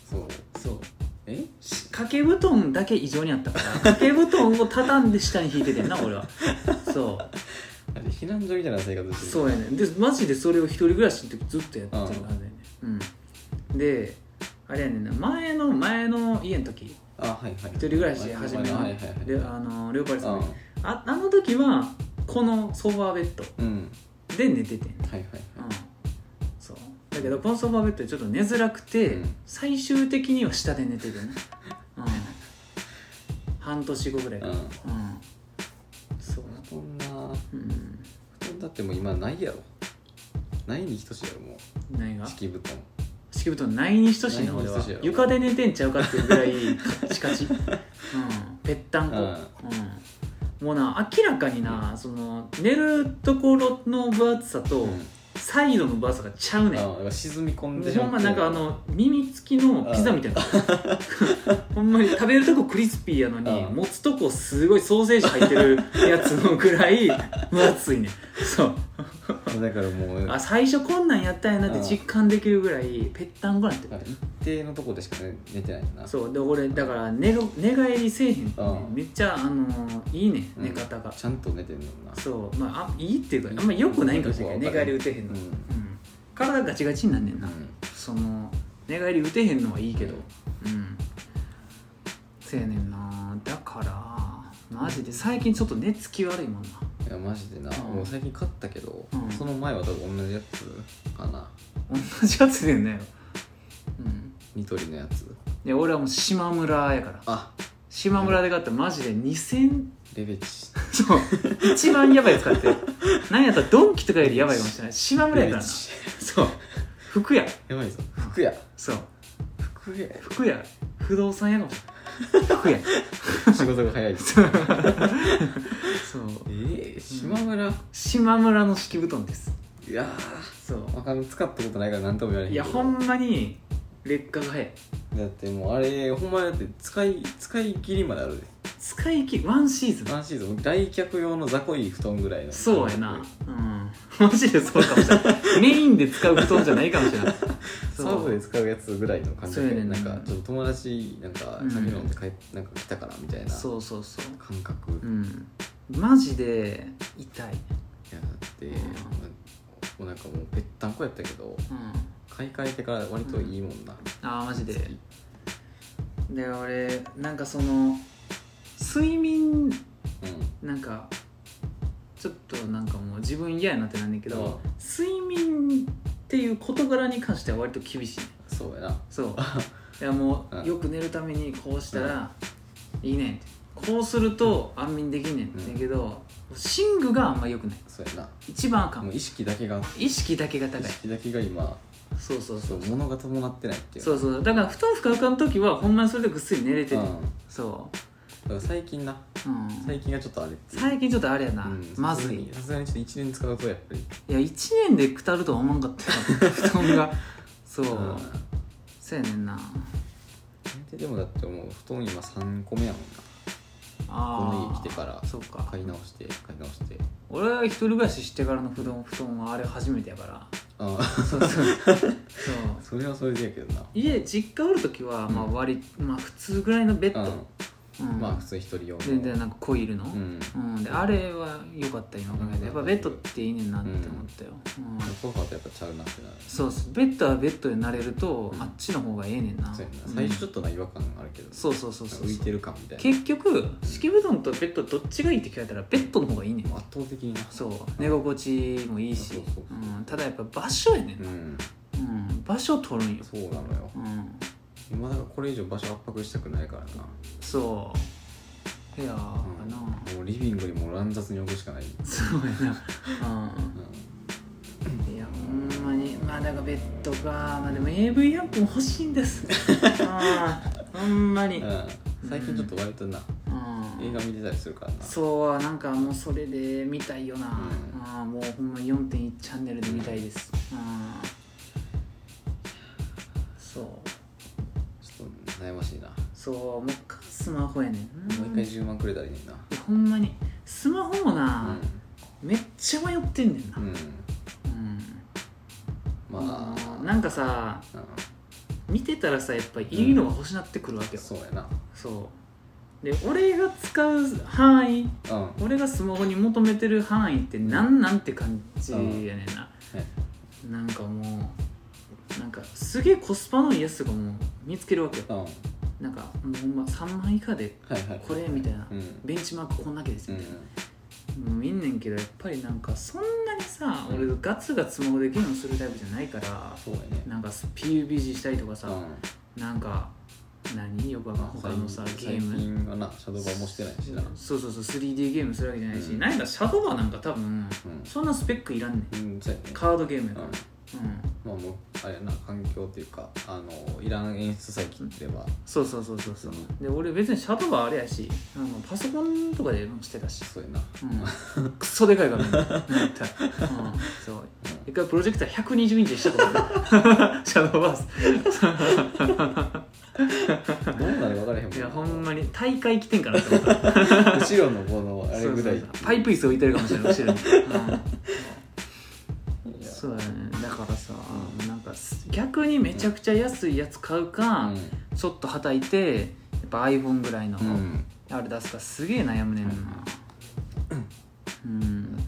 そうそうえ掛け布団だけ異常にあったから掛け布団を畳んで下に引いててんな俺はそう避難所みたいな生活してる。 そうやねんでマジでそれを一人暮らしってずっとやってる感じだよね、うん、であれやねんな前の前の家の時あ、はいはい、 一人暮らし始めの、 はいはいはい、 であのレオパルさん、ね、あ, あの時はこのソファーベッドで寝ててん、うん、はいはいはい、うん、そうだけどこのソファーベッドでちょっと寝づらくて、うん、最終的には下で寝ててね、うん、半年後ぐらいから、うんうん、そう布団な、うん、布団だってもう今ないやろ、ないに等しいやろもう。 何が敷布団敷布団ないに等しいな俺は。床で寝てんちゃうかっていうぐらいカチカチ、うん、ぺったんこ、うんうん、もうな明らかにな、うん、その寝るところの分厚さと、うん、サイドの分厚さがちゃうねん。 あ沈み込んでしまって、 ほんまなんかあの耳付きのピザみたいなほんまに食べるとこクリスピーやのに持つとこすごいソーセージ入ってるやつのぐらい分厚いねんそうだからもうあ最初こんなんやったんやなって実感できるぐらいぺったんこなんてる。 一定のとこでしか、ね、寝てないな。 そうで俺だから寝る寝返りせえへんって、ね、めっちゃあのー、いいね、うん、寝方がちゃんと寝てんのな。そうまああいいっていうかあんま良くないんかもしれない寝返り打てへんの、うんうん、体ガチガチになんねんな、うん、その寝返り打てへんのはいいけどうん、うん、せやねんな。だからマジで最近ちょっと寝つき悪いもんな。 いやマジでな、うん、もう最近買ったけど、うん、その前は多分同じやつかな。 同じやつでんねうんニトリのやつ。 いや俺はもう島村やから。あ島村で買ったらマジでにせんレベチそう一番やばいやつ買ってなんやったらドンキとかよりやばいかもしれない。島村やからな。そう服屋やばいぞ服屋。 そう服屋服屋不動産屋かもしれない服屋仕事が早いそうえー、島村、うん、 島村の敷布団です。 いやーそう分かん使ったことないから何とも言われへんけど。 いやほんまに劣化が早い。 だってもうあれほんまだって使い使い切りまであるで。 使い切りワンシーズンワンシーズン来客用の雑魚い布団ぐらいの。 そうやなうんマジでそうかもしれないメインで使う布団じゃないかもしれないサブで使うやつぐらいの感じで、ね、なんかちょっと友達なんか酒飲んで帰、うん、なんか来たからみたいなそうそうそう感覚。うんマジで痛い。いやだって、うん、もうなんかもうぺったんこやったけど、うん、買い替えてから割といいもんな、 うん、ああマジで。で俺なんかその睡眠、うん、なんかちょっとなんかもう自分嫌やなってなんねんけど、うん、睡眠っていう事柄に関しては割と厳しいね。 そうやな。そういやもう、うん、よく寝るためにこうしたらいいねんって、こうすると安眠できんねんだけど、うん、寝具があんま良くない。 そうやな一番あかん。 もう意識だけが意識だけが高い。意識だけが今そうそうそう物が伴ってないっていう。 そうそうだから布団ふかふかの時はほんまにそれでぐっすり寝れてる、うん、そうだから最近な、うん、最近がちょっとあれっていう。 最近ちょっとあれやな、うん、まずい。 さすがにちょっといちねん使うとやっぱりいやいちねんでくたるとは思わんかったよ布団がそう、うん、そうやねんな。 でもだってもう布団今さんこめやもんな。あこの家来てからそうか買い直して買い直して俺は一人暮らししてからの布団布団はあれ初めてやから。ああそうそうそうそれはそれでやけどな。 家実家おる時はまあ割、うん、まあ普通ぐらいのベッド、うんうん、まあ普通一人用の全然なんかコイルの、うんうん、であれは良かった今考えて、やっぱベッドっていいねんなって思ったよ、 うんうん、ソファーとやっぱちゃうなってなる。 そうそうベッドはベッドで慣れると、うん、あっちの方がええねんな。 そうやな最初ちょっとな違和感あるけど、 そうそうそうそう浮いてる感みたいな。 結局敷布団とベッドどっちがいいって聞かれたらベッドの方がいいねん。 圧倒的にな。 そう寝心地もいいし、うん、ただやっぱ場所やねんな、うんうん、場所取るんよ。 そうなのよ、うん、今だからこれ以上場所圧迫したくないからな。 そう部屋かな、 うん、もうリビングにも乱雑に置くしかない。 そうやな、うんうん、いやほんまにまあだからベッドか、まあでも エーブイ アップも欲しいんですあほんまに、うん、 最近ちょっと割とな、うん、映画見てたりするからな。 そうなんかもうそれで見たいよな、うん、あもうほんま よんてんいち チャンネルで見たいです、うん、そうちょっと悩ましいな。 そうもうスマホやねん。 もう一回じゅうまんくれたらいいねんな。 ほんまにスマホもな、うん、めっちゃ迷ってんねんな、うんうん、まあなんかさ、 見てたらさやっぱりいいのが欲しなってくるわけよ、 そうやな。 そうで俺が使う範囲、 うん、 俺がスマホに求めてる範囲ってなんなんて感じやねんな、うん、なんかもうなんかすげえコスパのいいやつとかも見つけるわけよ、うん、なんかもうほんまさんまん以下でこれみたいな、うん、ベンチマークこんだけですみたいな、うん、もう見んねんけどやっぱりなんかそんなにさ、うん、俺ガツガツスマホでゲームするタイプじゃないから、そうやね、なんか ピーユービージー したりとかさ、うん、なんか何よくわかんない他のさゲーム最近はなシャドーバーもしてないしな、 そうそうそう スリーディー ゲームするわけじゃないし、うん、なんかシャドーバーなんか多分、うん、そんなスペックいらんねん、うんね、カードゲームやから、うんうん、 まあもうあれやな環境っていうかあのいらん演出さえ切ってれば、 そうそうそうそうそう、うん、で俺別にシャドーバーあれやしあのパソコンとかでもしてたし、 そうやな、 うん、クソでかいからねうん、そう一回プロジェクターひゃくにじゅうインチでしたからシャドーバースどうなる分からへんもんいやほんまに大会来てんかなって思った後ろのこのあれぐらい、そうそうそうパイプ椅子置いてるかもしれない後ろに、うんそうだね、だからさ、うん、なんか逆にめちゃくちゃ安いやつ買うか、うん、ちょっとはたいてやっぱ iPhone ぐらいの、うん、あれ出すかすげえ悩むねんな、うんうん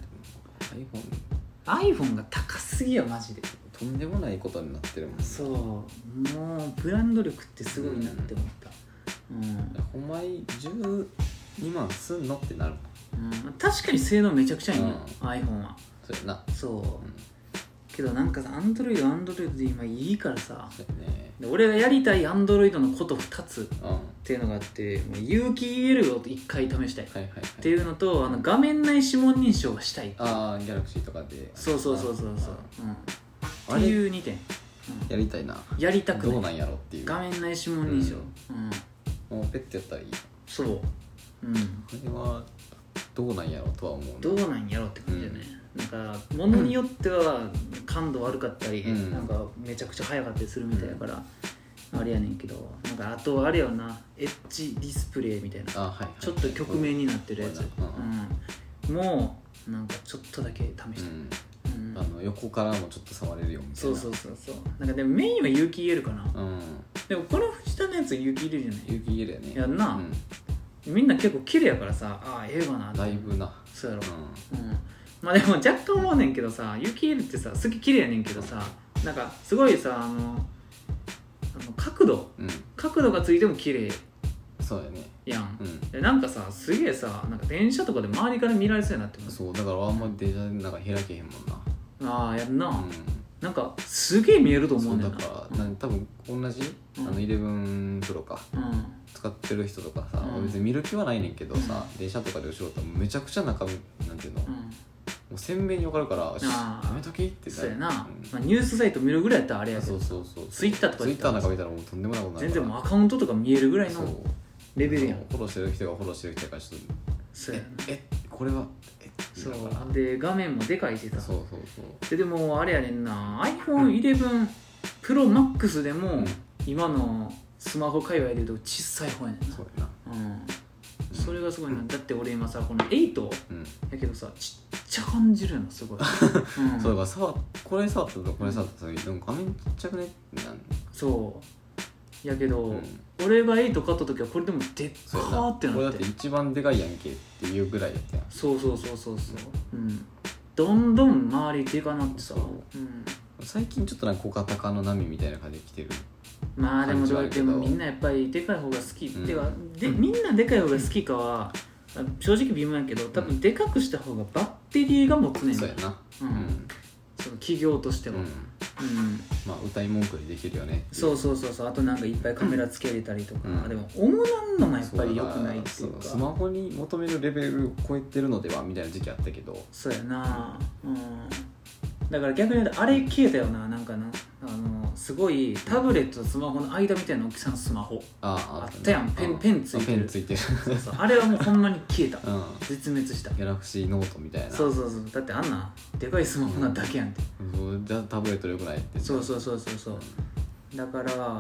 、iPhone iPhone が高すぎよマジでとんでもないことになってるもんね。 そうもうブランド力ってすごいなって思った、うんうん、 ほんまにじゅうにまんすんのってなる、 うん、確かに性能めちゃくちゃいいの、うん、iPhone はそうやなそう、うんけどなんかさ、アンドロイド、アンドロイドで今いいからさ、 ね、 で俺がやりたいアンドロイドのことふたつっていうのがあって、もう有機 イーエル をいっかい試したい、はいはいはい、っていうのとあの画面内指紋認証がしたい、 ああギャラクシーとかでそうそうそうそうそう、うん、っていうにてん、うん、 やりたいな、 やりたくないどうなんやろっていう画面内指紋認証、 うんうん、もうペッてやったらいい、 そう、うん、これはどうなんやろとは思う、 どうなんやろって感じだね、うん、なんか物によっては感度悪かったり、うん、なんかめちゃくちゃ速かったりするみたいだから、うん、あれやねんけど、なんかあとあれよなエッジディスプレイみたいな、あ、はいはい、ちょっと曲面になってるやつ、うん、もうなんかちょっとだけ試して、うんうん、 あの横からもちょっと触れるよみたいな、 そうそうそうそう、なんかでもメインは有機 イーエル かな、うん、でもこの藤田のやつは有機 イーエル じゃない、 有機 イーエル やね、 やんな、うん、みんな結構綺麗やからさ、ああええわなって、 だいぶな、 そうやろ、うん、うん、まあでも若干思うねんけどさ、有機 イーエル ってさすげえ綺麗やねんけどさ、なんかすごいさ、あのあの角度、うん、角度がついても綺麗、 そうやねやん、うん、でなんかさすげえさ、なんか電車とかで周りから見られそうやなって思う、 そうだからあんまり電車でなんか開けへんもんな、 ああやんな、うん、なんかすげえ見えると思うねんな、 そうだから、うん、多分同じ、うん、あのじゅういちプロか、うん、使ってる人とかさ、うん、別に見る気はないねんけどさ、うん、電車とかで後ろとめちゃくちゃ中身なんていうの、うん、もう鮮明に分かるから、やめときってそうやな、うん、まあ、ニュースサイト見るぐらいやったらあれやけど、 そうそうそう、 ツイッターとかツイッターなんか見たらもうとんでもないことになるから、 全然もうアカウントとか見えるぐらいのレベルやん、 フォローしてる人がフォローしてる人からちょっと、 そうやな、 ええこれはえそうで画面もでかいしさ、 そうそうそうででもあれやねんな、 アイフォンイレブン Pro Max でも、うん、今のスマホ界隈でいうと小さい方やねんな、 そうやな、 うん、それがすごいな、だって俺今さこのエイト、うん、やけどさちっちゃ感じるよなすごい、 うん、そうだからさこれ触ったとこれ触ったとでも画面ちっちゃくねってなんそうやけど、うん、俺がエイト買った時はこれでもでっかーってなって、 これだって一番でかいやんけっていうぐらいやったやん、 そうそうそうそうそう、うん、どんどん周りでかなってさ、うん、 最近ちょっとなんか小型化の波みたいな感じで来てる、 まあでもでもみんなやっぱりでかい方が好き、うん、ではでみんなでかい方が好きかは正直微妙やけど、多分でかくした方がバッテリーが持つねん、 そうやな、うん、 その企業としては、うんうん、 まあ歌い文句にできるよね、 そうそうそうそう、あとなんかいっぱいカメラつけれたりとか、うん、でも主なんのもやっぱり良くないっていうか、 スマホに求めるレベルを超えてるのではみたいな時期あったけど、 そうやな、うん、だから逆に言うとあれ消えたよな、なんかな、あのすごいタブレットとスマホの間みたいな大きさのスマホ あ, あったやん、ペンペンついてる、 ペンついてるそうそう、あれはもうほんまに消えた、うん、絶滅した、 ギャラクシーノートみたいな、 そうそうそう、だってあんなでかいスマホなだけやんって、 うん、じゃあタブレットよくないって、 そうそうそうそうそう、うん、だから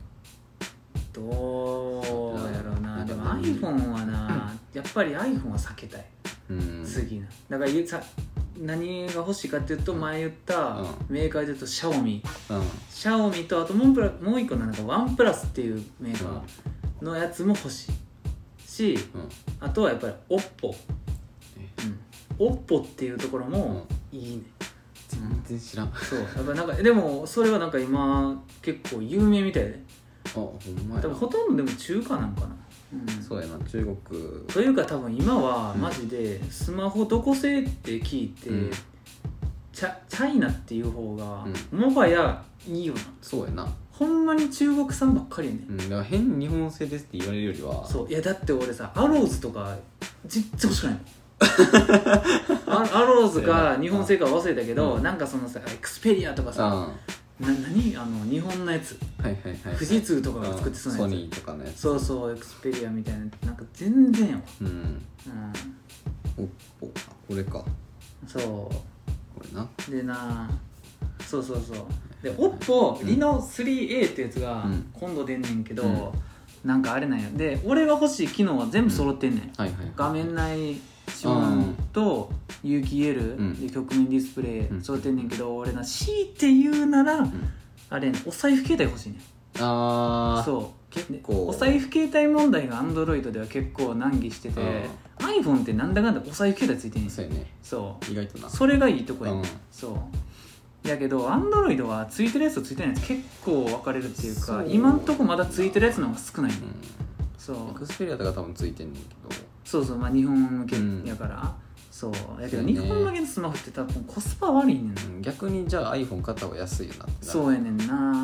どうやろうな、でも iPhone はな、やっぱり iPhone は避けたい、うん、次な、だからさ何が欲しいかっていうと、前言ったメーカーで言うとシャオミ、 うん、 シャオミとあともうプラもう一個なんかワンプラスっていうメーカーのやつも欲しいし、うん、あとはやっぱりオッポ、うん、オッポっていうところもいいね、 うん、全然知らん。 そうやっぱなんかでもそれはなんか今結構有名みたいで、 あ、ほんまや。 多分ほとんどでも中華なんかな、 うん、そうやな、中国というか多分今はマジでスマホどこ製って聞いて、うん、チャ、チャイナっていう方が、うん、もはやいいよな。 そうやな、 ほんまに中国産ばっかりやね、 うん、だから変に日本製ですって言われるよりは、 そう、いやだって俺さアローズとか全然欲しくないのア, アローズか日本製か忘れたけど、うん、なんかそのさエクスペリアとかさ、な何あの日本のやつ、はいはいはい、富士通とかが作ってそうなやつ、 ソニーとかのやつ、 そうそうエクスペリアみたいな、なんか全然やわ、 うん、うん、おおこれか、 そうこれなでな、そうそうそうで オッポ リノ スリーエー ってやつが今度出んねんけど、うん、なんかあれなんやで、俺が欲しい機能は全部揃ってんねん、うん、はいはいはい、画面内指紋と有機 エル、うん、で曲面ディスプレイ揃ってんねんけど、うん、俺な強いて言うなら、うん、あれ、ね、お財布携帯欲しいねん。 あー、 そう結構お財布携帯問題が Android では結構難儀してて、 iPhone ってなんだかんだお財布携帯ついてんねん。 そうやね、 そう意外とな、 それがいいとこやねん、うん、そうやけど Android はついてるやつとついてないやつ結構分かれるっていうか、今んとこまだついてるやつの方が少ないねん、うん、そうエクスペリアとか多分ついてんねんけど、 そうそう、まあ日本向けやから、うん、そうやけど日本向けのスマホって多分コスパ悪いねんな、 うん、逆にじゃあ iPhone 買った方が安いよなってな。 そうやねんな、うん、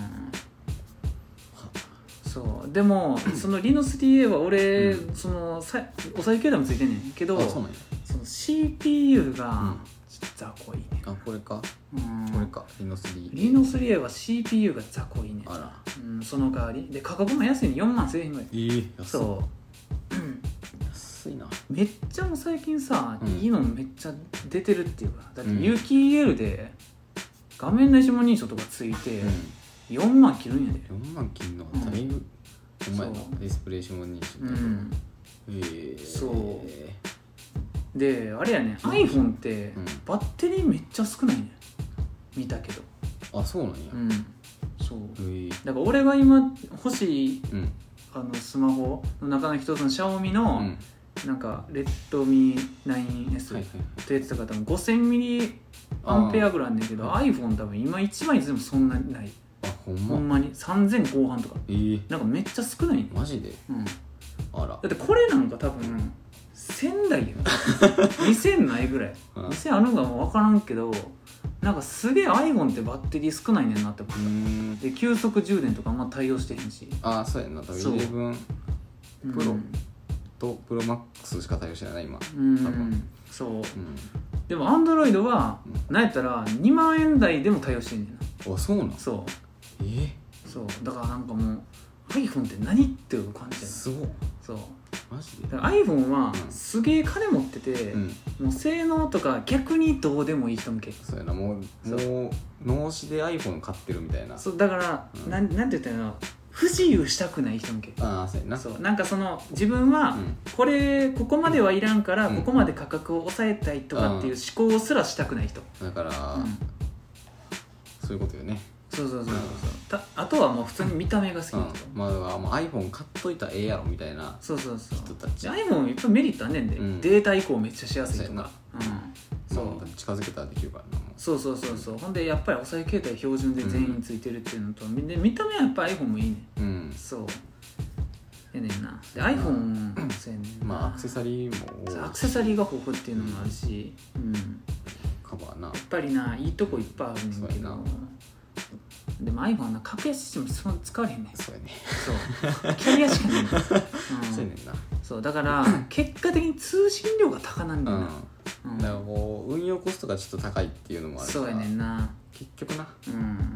そうでもそのリノ スリーエー は俺、うん、そのさお財布携帯もついてんねんけど、 そうなんや、 その シーピーユー が雑魚いね、 うん、あ、これか、うん、これか、リノ スリーエーリノ スリーエー は シーピーユー が雑魚いねん、 あら、 うん、その代わりで価格も安いね、よんまんせんえんぐらい、 えー、安い、 そう安いな、めっちゃもう最近さ、 うん、 いいのめっちゃ出てるっていうか、だって有機 エル で画面内指紋認証とかついてよんまん切るんやで、 よんまん切るのはだいぶ、お前のディスプレイ指紋認証、うん、えー、 そうで、あれやね、うん、iPhone ってバッテリーめっちゃ少ないね、見たけど、 あ、そうなんや、 うん、そう、 えー、 だから俺が今欲しい、うん、あのスマホの中の一つのシャオミの、うん、なんかレッドミ ナインエス ってやつとか多分ごせんミリアンペアぐらいあんねんけど、 iPhone 多分今いちまいでもそんなにない、 あ、ほんま、 ほんまにさんぜん後半とか、 えー、 なんかめっちゃ少ない、 マジで、 うん、 あら、 だってこれなんか多分せんだいよにせんないぐらい、うん、にせんあるんかも分からんけど、なんかすげえ iPhone ってバッテリー少ないねんなって思った。で急速充電とかあんま対応してへんし、 ああ、そうやんな、多分じゅういちプロとプロマックスしか対応してない今、 うん、多分そう、うん、でも Android は、うん、なんやったらにまんえん台でも対応してんねんな。 あ、そうなん、 そう、 えー、 そうだからなんかもう iPhone って何っていう感じやな、 すごい、 そうマジで、 だから iPhone はすげえ金持ってて、うん、もう性能とか逆にどうでもいい人向け、 そうやな、もうもう脳死で iPhone 買ってるみたいな、 そうだから、うん、なん、なんて言ったらいいの、不自由したくない人向け、 ああ、そうやな、 そうなんかその自分はこれ、うん、ここまではいらんから、うん、ここまで価格を抑えたいとかっていう思考すらしたくない人、 だから、うん、そういうことよね、 そうそうそうそう、うん、たあとはもう普通に見た目が好きな人、 うん、まあ、まあ、iPhone 買っといたらええやろみたいな人たち、そうそうそう、 iPhone いっぱいメリットあんねんで、うん、データ移行めっちゃしやすいとか、 うん、そう、まあ、近づけたらできるからな、もう、 そうそうそうそう、ほんでやっぱりお財布携帯標準で全員ついてるっていうのと、うん、で見た目はやっぱ iPhone もいいね、うん、そうやねんな、で iPhone そうやねんな、 まあアクセサリーもアクセサリーが豊富っていうのもあるし、うん、 カバーな、やっぱりないいとこいっぱいあるねんけど、でも iPhone はな格安してもそんな使われへんねん、 そうやね、 そうキャリアしかないねん、うん、そうやねんな、 そうだから結果的に通信料が高なんだよな、 うん、だからこう運用コストがちょっと高いっていうのもあるから、 そうやねんな、 結局な、 うん、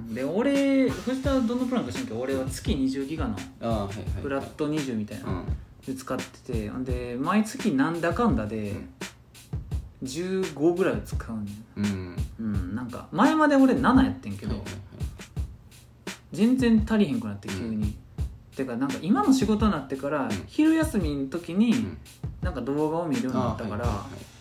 で俺藤田はどのプランか知らんけど、俺は月にじゅうギガのフラットにじゅうみたいなで使ってて、で毎月なんだかんだでじゅうごぐらい使うねん、うんうん、なんか前まで俺ななやってんけど、はいはいはい、全然足りへんくなって急に、うん、てかなんか今の仕事になってから、うん、昼休みの時に、うん、なんか動画を見るようになったから、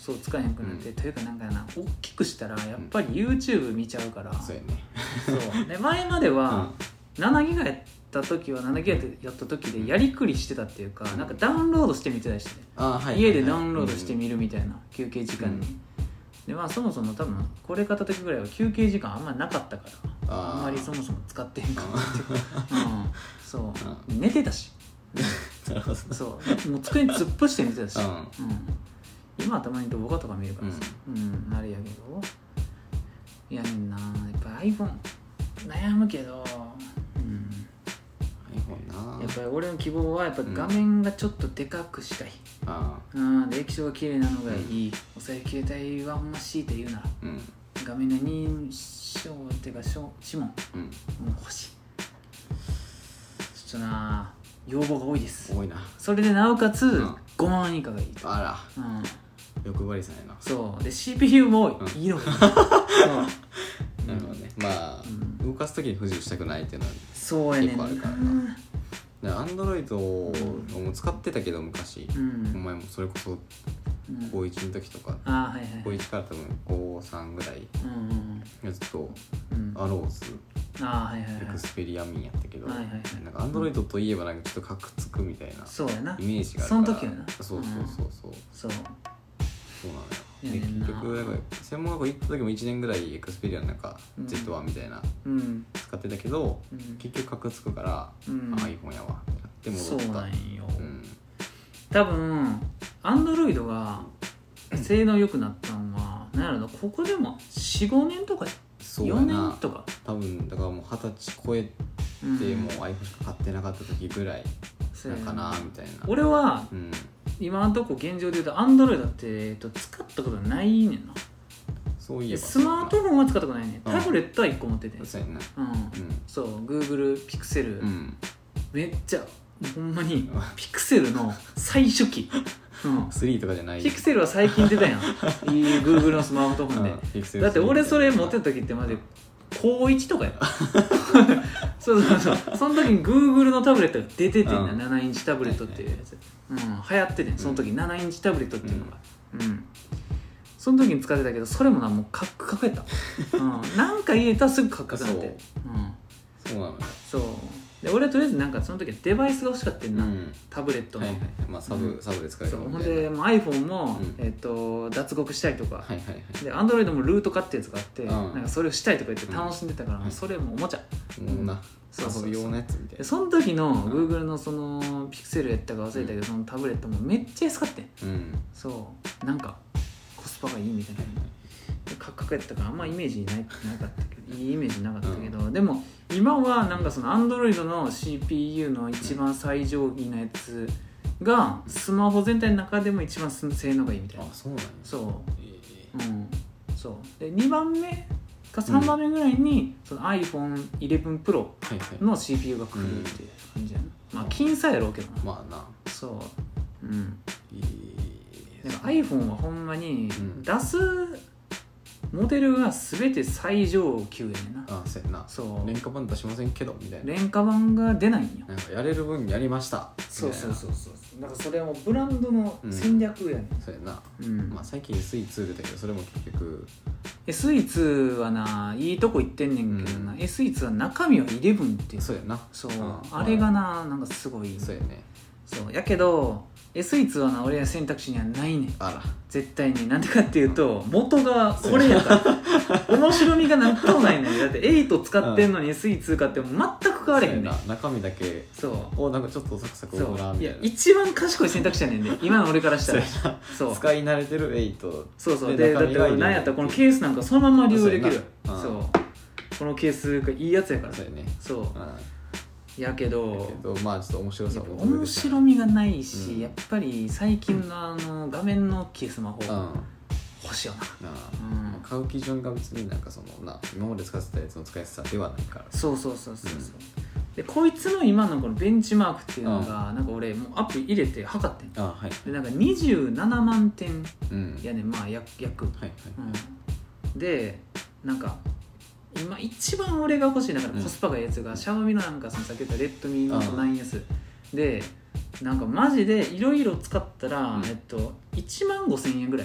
そう使えへんくなって、うん、というかなんかな大きくしたらやっぱり YouTube 見ちゃうから、うん、 そうやねそうで前まではななギガやった時はななギガやった時でやりくりしてたっていうか、うん、なんかダウンロードしてみてたりして、 あ、はいはいはい、 家でダウンロードしてみるみたいな、うん、休憩時間に、うん、でまあそもそも多分これ買った時ぐらいは休憩時間あんまなかったから あ, あんまりそもそも使ってへんかったっていうか、うん、そう、うん、寝てたしそうもう机に突っ伏して寝てたし、うんうん、今はたまに動画とか見るからさ、うん、うん、あれやけどいやねんな、やっぱ iPhone 悩むけど、うん、 iPhone な、 やっぱり俺の希望はやっぱ画面がちょっとでかくしたい、うん、うん、で液晶が綺麗なのがいい、うん、お財布携帯はほんま強いて言うなら、うん、画面がに小っていうか小指紋、うん、もう欲しい。ちょっとな要望が多いです。 多いな。それでなおかつ、うん、ごまん以下がいいと。 あら、うん、欲張りさんやな。 そうで シーピーユー もいいのがいい、うん、そうなるほどね。まあ、うん、動かすときに不自由したくないっていうのはそうやねん結構あるからな。アンドロイドをもう使ってたけど昔、うん、お前もそれこそ高いちの時とか、 うん、あ、はいはい、 高いちから多分高さんぐらいやつと、うん、アローズ、 あ、はいはいはい、 エクスペリアミンやったけど、 はいはいはい、 なんかアンドロイドといえばなんかちょっとカクつくみたいなそうやなイメージがあるから、 その時はな、 そうそうそうそう、 そうそうなのよ。で結局なんか専門学校行った時もいちねんぐらいエクスペリアのなんか ゼットワン みたいな、うん、使ってたけど、うん、結局カクつくから、うん、iPhone やわって戻った。 そうなんよ、うん、多分アンドロイドが性能良くなったのは何やろな、ここでも よん,ご 年とかよねんとか多分だからもうはたち超えてもう iPhone しか買ってなかった時ぐらいなんかなみたいな。 俺は、うん、今のとこ現状で言うと Android だって、えっと、使ったことないねんな。 そういえばスマートフォンは使ったことないねん、タブレットはいっこ持ってて、 そうやな、 うんうん、そう Google Pixel、うん、めっちゃほんまにピクセルの最初期うん、 スリーとかじゃない。 ピクセルは最近出たやんいい Google のスマートフォンで、うん、だって俺それ持ってた時ってマジで高いちとかやそうそうそう、その時に Google のタブレットが出ててんな、うん、ななインチタブレットっていうやつ、うん、流行っててんその時、うん、ななインチタブレットっていうのが、うん、うん、その時に使ってたけどそれもなもうカックカクやった、うん、なんか入れたらすぐカックカクなって、 そう、うん、そうなのよ。 そうで俺はとりあえずなんかその時はデバイスが欲しかったんな、うん、タブレットの、はいはい、 まあ、サブ、うん、サブで使えるもんね。ほんでもう iPhone も、うん、えー、と脱獄したりとか、はいはいはい、で Android もルート化ってやつがあって、うん、なんかそれをしたいとか言って楽しんでたから、うん、それもおもちゃ、 もうな、そうそうそう、遊び用のやつみたいな。 その時の Google のそのピクセルやったか忘れたけど、うん、そのタブレットもめっちゃ安かったん、うん、そうなんかコスパがいいみたいな、カクカクやったからあんまイメージなかったけどいいイメージなかったけど、うん、でも今はなんかその Android の シーピーユー の一番最上位のやつがスマホ全体の中でも一番性能がいいみたいな。 あ、そうなんや。 そう、えー、うん、そうでにばんめかさんばんめぐらいに、うん、その アイフォンイレブンプロ の シーピーユー が来るっていう感じやな、うん、まあ僅差やろうけどな、 まあな、 そう、うん、でも iPhone はほんまに出すモデルが全て最上級やねんな。 ああ、そうやな。そう。廉価版出しませんけどみたいな。 廉価版が出ないんよ。 なんかやれる分やりました。 そうそうそうそう。だからそれはもうブランドの戦略やねん。うん、 そうやな。うん。まあ最近 エスイーツー 出たけどそれも結局エスイーツー はないいとこ行ってんねんけどな、うん、エスイーツー は中身はじゅういちっていう。 そうやな。 そう。うん、あれがななんかすごい。 そうやね。 そうやけど。エスイーツー はな俺の選択肢にはないねん。 あら絶対に。なんでかっていうと元がこれやから面白みがなんともないねん。だってエイト使ってんのに エスイーツー 買っても全く変われへんねん。 中身だけそうおなんかちょっとサクサクそういや一番賢い選択肢やねんで今の俺からしたらそう使い慣れてるエイトそうそうでだって何やったらこのケースなんかそのまま利用できる。そうそうこのケースがいいやつやから。 そうやね。そうやけど、 やけどまあちょっと面白さも面白みがないし、うん、やっぱり最近のあの画面の大きいスマホ、うん、欲しいよな、 うん、買う基準が別になんかそのな今まで使ってたやつの使いやすさではないから。 そうそうそうそうそう、うん、でこいつの今のこのベンチマークっていうのが、うん、なんか俺もうアプリ入れて測ってん、あ、はい、でなんかにじゅうななまんてんやね、うん、まあ約、約、はいはいはい、うん、でなんか今一番俺が欲しいだからコスパがいいやつが、うん、シャオミのなんかそのさっき言ったレッドミーノートナインエスでなんかマジでいろいろ使ったら、うん、えっといちまんごせんえんぐらい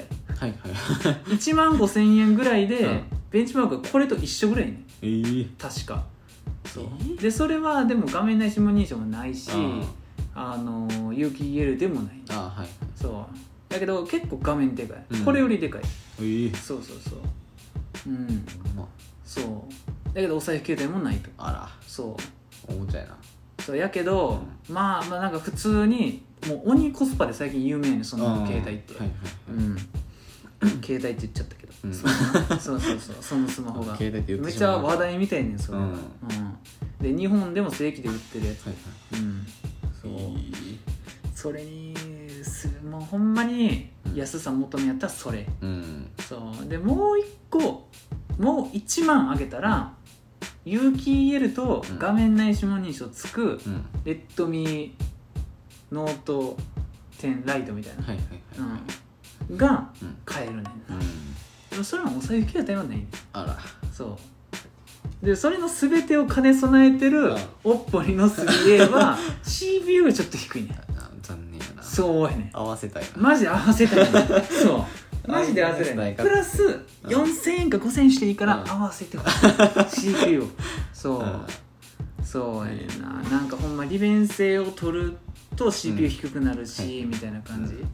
はいはいいちまんごせんえんぐらいで、 うん、 ベンチマークがこれと一緒ぐらいね、 えー、 確かそう、 えー、 でそれはでも画面内指紋認証もないし、あの有機 イーエル でもない、 あ、はい、 そうだけど結構画面でかい、うん、これよりでかい、 えー、 そうそうそううん、まあ、そうだけどお財布携帯もないと、 あらそうおもちゃやな、 そうやけど、うん、まあまあなんか普通にもう鬼コスパで最近有名やねんその携帯って、はいはいはい、うん携帯って言っちゃったけど、うん、そうそうそうそうそのスマホが携帯って言ってめっちゃ話題みたいねんそれが、うんうん、で日本でも正規で売ってるやつ、はいはい、うん、そう、えー、それにもうほんまに安さ求めやったらそれ、うん、そうでもう一個もういちまんあげたら、うん、有機 イーエル と画面内指紋認証つく、うん、レッドミノートテンライトみたいな、はいはいはいはい、うん、が買えるねんな、うん、でもそれもお財布携帯はないねん、 あらそうでそれの全てを兼ね備えてる Oppo リノ スリーエー は シーピーユー がちょっと低いねん残念やな、 そうやねん、 合わせたいな、 マジで合わせたいねんそうマジで合わせたいねんプラスよんせんえんかごせんえんしていいから合わせてほしい シーピーユー をそう、うん、そうやねんな、なんかほんま利便性を取ると シーピーユー 低くなるし、うん、みたいな感じ、うん、うん、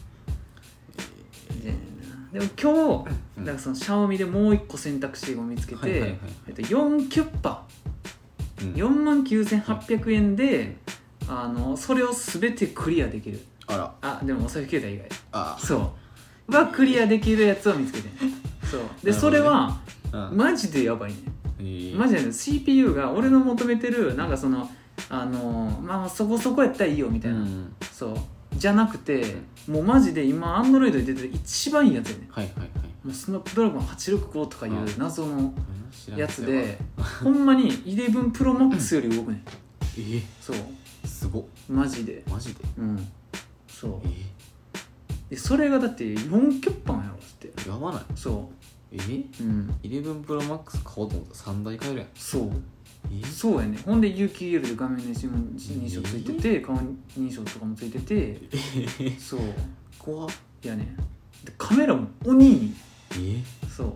で, でも今日、うん、だからそのシャオミでもう一個選択肢を見つけて、はいはいはいはい、えっと、よんキュッパ、うん、よんまんきゅうせんはっぴゃくえんで、うん、あのそれを全てクリアできる、 あら、 あでもお財布携帯以外、あそうはクリアできるやつを見つけてそうで、ね、それは、うん、マジでやばいね、えー、マジで、ね、シーピーユー が俺の求めてるなんかそのあのまあそこそこやったらいいよみたいな、うん、そうじゃなくて、うん、もうマジで今 Android で出てる一番いいやつやね、はいはいはい、もうスナップドラゴンはちろくごとかいう謎のやつで、ほんまにじゅういちプロマックスより動くねんえー、そうすごっマジでマジでうんそう、えー、でそれがだってよんキュッパンやろってやばないそうえー、うん、じゅういちプロマックス買おうと思ったらさんだい買えるやん、 そうえー、そうやね、ほんで 有機 イーエル で画面内指紋認証ついてて、顔認証とかもついてて、えー、そう怖っいやねでカメラも鬼にえー、 そう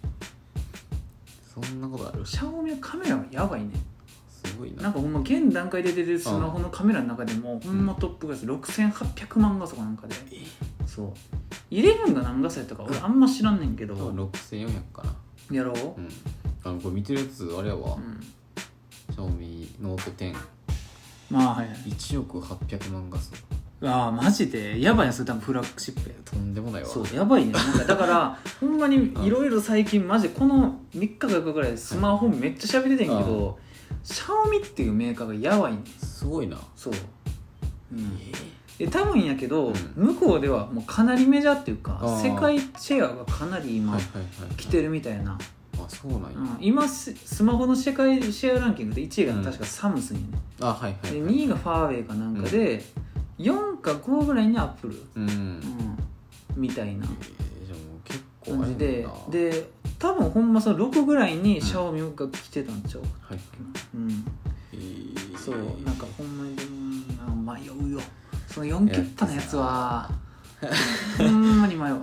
そんなことある、 シャオミはカメラがやばいね、 すごいな、 なんかほんま現段階で出てるスマホのカメラの中でもほんまトップクラスろくせんはっぴゃくまん画素かなんかで、えー、そうじゅういちが何画素やったか俺あんま知らんねんけどろくせんよんひゃくかなやろう、 うん、あのこれ見てるやつあれやわ、うん、シャオミノートテンまあはいはいいちおくはっぴゃくまん画素、 ああマジでやばいやつ、多分フラッグシップやとんでもないわ、 そうやばいね、なんかだからほんまにいろいろ最近マジでこのみっかかよっかぐらいでスマホめっちゃ喋っててんけど、シャオミっていうメーカーがやばいね、 すごいな、 そう、うん、で多分やけど、うん、向こうではもうかなりメジャーっていうか世界シェアがかなり今来てるみたいな、 あ、そうなんや、うん、 今スマホの世界シェアランキングでいちいが確かサムスンやね、うん、あ、はいはいはい、でにいがファーウェイかなんかで、うん、よんかごぐらいにアップル、うんうん、みたいな、えー、じゃあもう結構感じで、で多分ほんまそのろくぐらいにシャオミが来てたんちゃうか、うん、はい、うん、えー、そうなんかほんまに迷うよ、そのよんキュッパのやつはほんまに迷う、うん、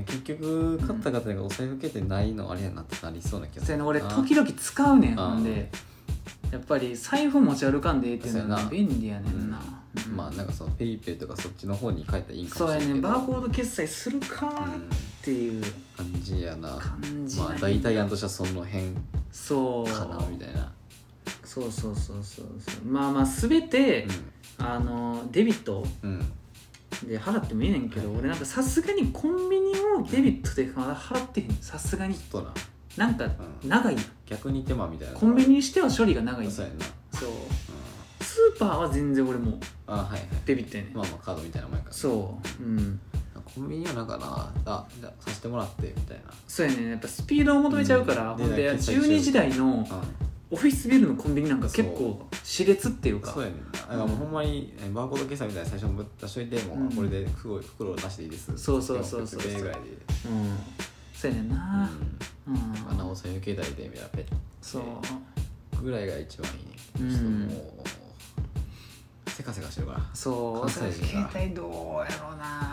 結局買った方がお財布携帯ないのあれやなってなりそうな気がする、 そうやね、俺時々使うねん、ほんでやっぱり財布持ち歩かんでええっていうのは便利やねんな、 うん、まあなんかそのペイペイとかそっちの方に変えたらいいかもしれないけど、 そうやね、バーコード決済するかっていう感じやな、 感じまあ大体案としてはその辺かなみたいな、 そうそうそうそうそう、まあまあ全て、うん、あのデビット、うんで払ってもいいねんけど、はい、俺なんかさすがにコンビニをデビットで払ってへん、さすがにちょっとな、なんか長い、うん、 逆に手間みたいな、 コンビニにしては処理が長い、 そうやな、 そう、うん、スーパーは全然俺もあ、はいはい、 デビットやねん、 まあまあカードみたいなもんやから、 そう、うん、 コンビニはなんかなあ、じゃあさせてもらってみたいな、 そうやねん、やっぱスピードを求めちゃうから、うん、ほんでじゅうにじだいの、うんオフィスビルのコンビニなんか結構熾烈っていうか、 そうやねんな、だからもうほんまにバーコード決済みたいな最初に出しといて、もうこれで袋袋なしでいいです、 そうそうそうそうそうぐらいで、うん、そうやねんな、 うんうん、あのお財布携帯でみたいなペッそうぐらいが一番いいね、うん、ちょっともうせかせかしてるから、 そうお財布携帯どうやろうな、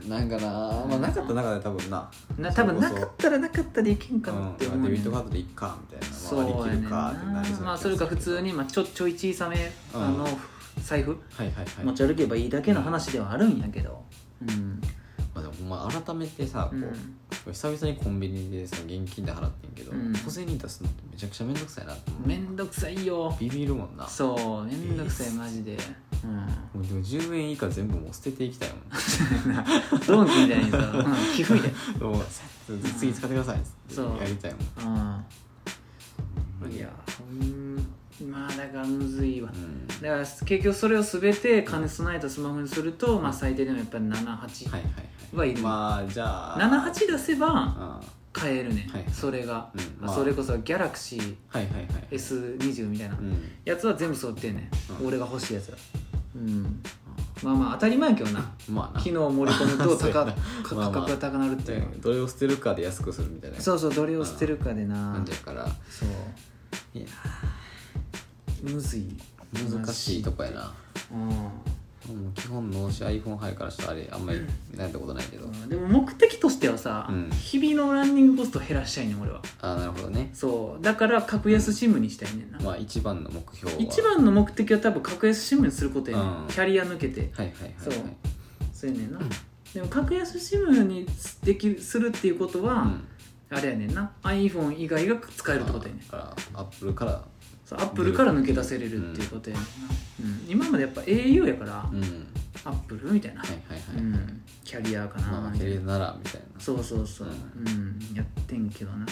なんかな、まあ、なかった中で多分なな多分なかったらなかったでいけんかなって思う、 うん、デビットカードでいっかみたいな、 そうやねんな、 まあ、割り切るかってなりそうな、 まあそれか普通に、まあ、ちょちょい小さめ、うん、あの財布、 はいはいはい、 持ち歩けばいいだけの話ではあるんやけど、うん、 まあ、でもまあ改めてさこう、うん、久々にコンビニでさ現金で払ってんけど、うん、小銭出すのってめちゃくちゃめんどくさいなって思う。 めんどくさいよ、 ビビるもんな。 そうめんどくさいマジで、うん、 もうでもじゅうえん以下全部もう捨てていきたいもんドンキみたいにさ、うん、寄付で次使ってくださいってやりたいもん、 うん、いやうんまあだからむずいわ、うん、だから結局それを全て金備えたスマホにすると、うん、まあ最低でもやっぱりななはちはいる、 まあじゃあななはち出せば買えるね、はいはい、それが、 うんまあ、それこそギャラクシー エスにじゅう みたいなやつは全部揃ってんね、うん、俺が欲しいやつは、うん、まあまあ当たり前やけどな、まあ、な機能を盛り込むと高価格が高なるっていう、まあまあ、 どれを捨てるかで安くするみたいな、 そうそうどれを捨てるかでななんじゃから、 そういやむずい難しいとこやな、うんもう基本納車 iPhone 入るからしたらあれあんまり悩んだことないけど、うん、 でも目的としてはさ、うん、日々のランニングコスト減らしたいねん俺は。 ああなるほどね。 そうだから格安 SIM にしたいねんな、 うん、まあ一番の目標は一番の目的は多分格安 SIM にすることやねん、うん、キャリア抜けて、 はいはいはい、はい、 そうそうやねんな、うん、でも格安 SIM にできするっていうことは、うん、あれやねんな iPhone 以外が使えるってことやねん。 だから Apple からアップルから抜け出せれるっていうことやねんな、うん、今までやっぱ エーユー やから、うん、アップルみたいな、はいはいはい、うん、キャリアかな、 まあ、キャリアならみたいな、 そうそうそう、うんうん、やってんけどな、うん、やっ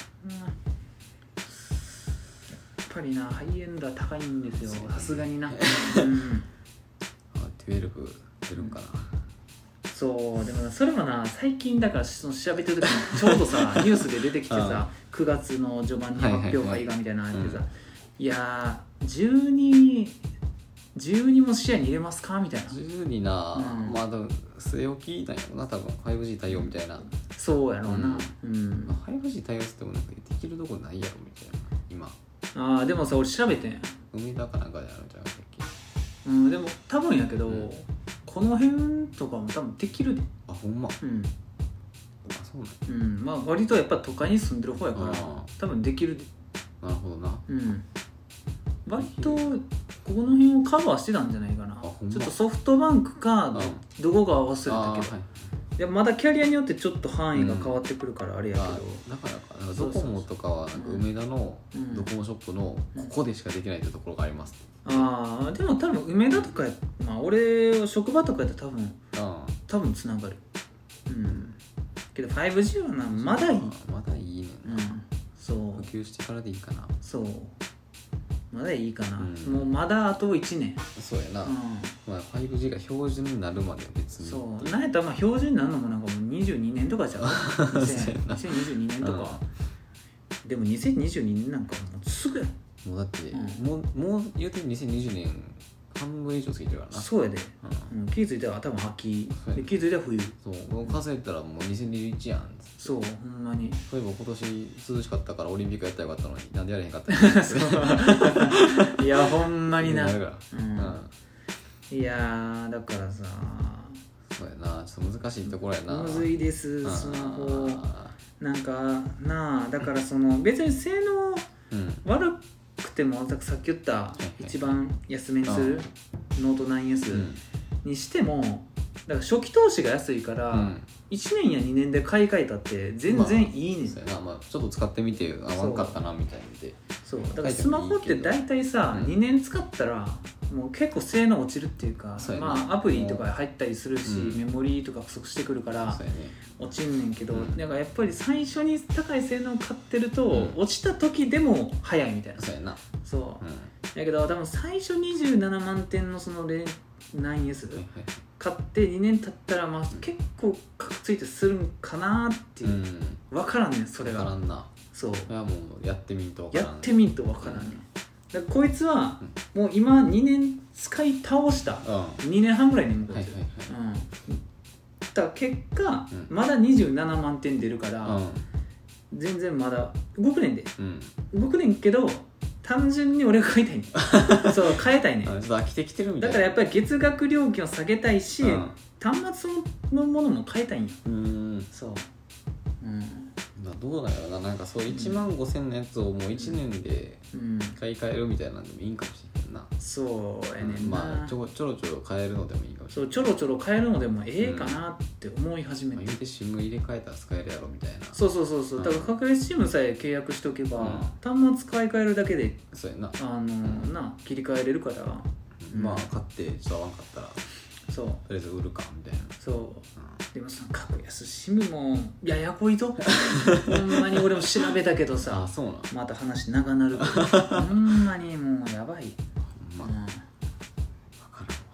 ぱりなハイエンドは高いんですよさすがにな、うん、 あじゅうに出るんかな。 そうでもそれもな最近だからその調べてる時にちょうどさニュースで出てきてさくがつの序盤に発表会がみたいなのあってさ、いやーじゅうに、じゅうにも視野に入れますかみたいな。 じゅうにな、うん、まあ多分据え置きなんやろな多分 ファイブジー 対応みたいな。 そうやろうな、うんうん、 まあ、ファイブジー 対応してもなんかできるとこないやろみたいな今。 ああでもさ俺調べてん海田かなんかであるんじゃなかったっけ。うんでも多分やけど、うん、この辺とかも多分できるで。 あほんま。 うんあそうなん、 うん、まあ割とやっぱ都会に住んでる方やから多分できるで。 なるほどな。 うん割とここの辺をカバーしてたんじゃないかな。ちょっとソフトバンクかどこかは忘れたけど、はい、いやまだキャリアによってちょっと範囲が変わってくるからあれやけど、うん、 だからかなんかドコモとかはなんか梅田のドコモショップのここでしかできないってところがあります、 うん、ああでも多分梅田とかや、まあ、俺職場とかやったら多分多分つながる、うん、けど ファイブジー はなまだいいまだいいねんな、うん、 そう普及してからでいいかな。 そうまだいいかな、うん、もうまだあといちねん。 そうやな、うんまあ、ファイブジー が標準になるまで別にそうなんやったらまあ標準になるのもなんかもうにじゅうにねんとかじゃんにせんにじゅうにねんとか、うん、でもにせんにじゅうにねんなんかもうすぐやもうだって、うん、もうもう言うてにせんにじゅうねん半分以上過ぎてるからな。 そうやで、うんうん、気づいたら多分秋で気づいたら冬。 そうもう数えたらもうにせんにじゅういちやん。 そうほんまに。 そういえば今年涼しかったからオリンピックやったらよかったのになんでやれへんかったんいやほんまにな、うんうん、 いやだからさそうやなちょっと難しいところやな。 むずいですスマホなんかなあだからその別に性能悪くてもさっき言った一番安めにするノート ナインエス にしてもだから初期投資が安いから、うん、いちねんやにねんで買い替えたって全然いいねん、 まあそうやな、まあ、ちょっと使ってみてあ悪かったなみたいなんでそうだからスマホって大体さ、うん、にねん使ったらもう結構性能落ちるっていうかまあアプリとか入ったりするし、うん、メモリーとか不足してくるから、ね、落ちんねんけど、うん、だからやっぱり最初に高い性能を買ってると、うん、落ちた時でも早いみたいな。 そうやなそう、うん、だけど多分最初にじゅうななまんてんのその ナインエス 買ってにねん経ったらまあ結構カクついてするんかなっていう、うん、分からんねんそれが。 分からんな。 そういやもうやってみんと分からん。 やってみんと分からんねん、うん、だからこいつはもう今にねん使い倒した、うん、にねんはんぐらいにもこいつ、はいはいはいうん、だから結果、うん、まだにじゅうななまんてん出るから、うん、全然まだ動くねんで、うん、動くねんけど単純に俺が買いたいねそう変えたいねちょっと飽きてきてるみたいな。 だからやっぱり月額料金を下げたいし、うん、端末のものも変えたいんよ。 うーんそう、うん、 どうだろうな、なんかそういちまんごせんのやつをもういちねんで買い替えるみたいなんでもいいんかもしれんな。 そうやねんな、 まあちょちょろちょろ変えるのでもいいかもしれない。 そうちょろちょろ変えるのでもええかなって思い始めて、 うん、まあ、言うて SIM 入れ替えたら使えるやろみたいな。 そうそうそうそう、だから格安 SIM さえ契約しとけば、うん、端末買い替えるだけでそうやな、 あのー、な切り替えれるから、 うん、まあ買ってちょっと合わんかったらそうとりあえず売るかみたいな。 そう、うん、でもその格安 SIM もややこいぞほんまに俺も調べたけどさあ、そうなん、 また話長なるけどほんまにもうやばい。 ほんま、うん、分かるわ。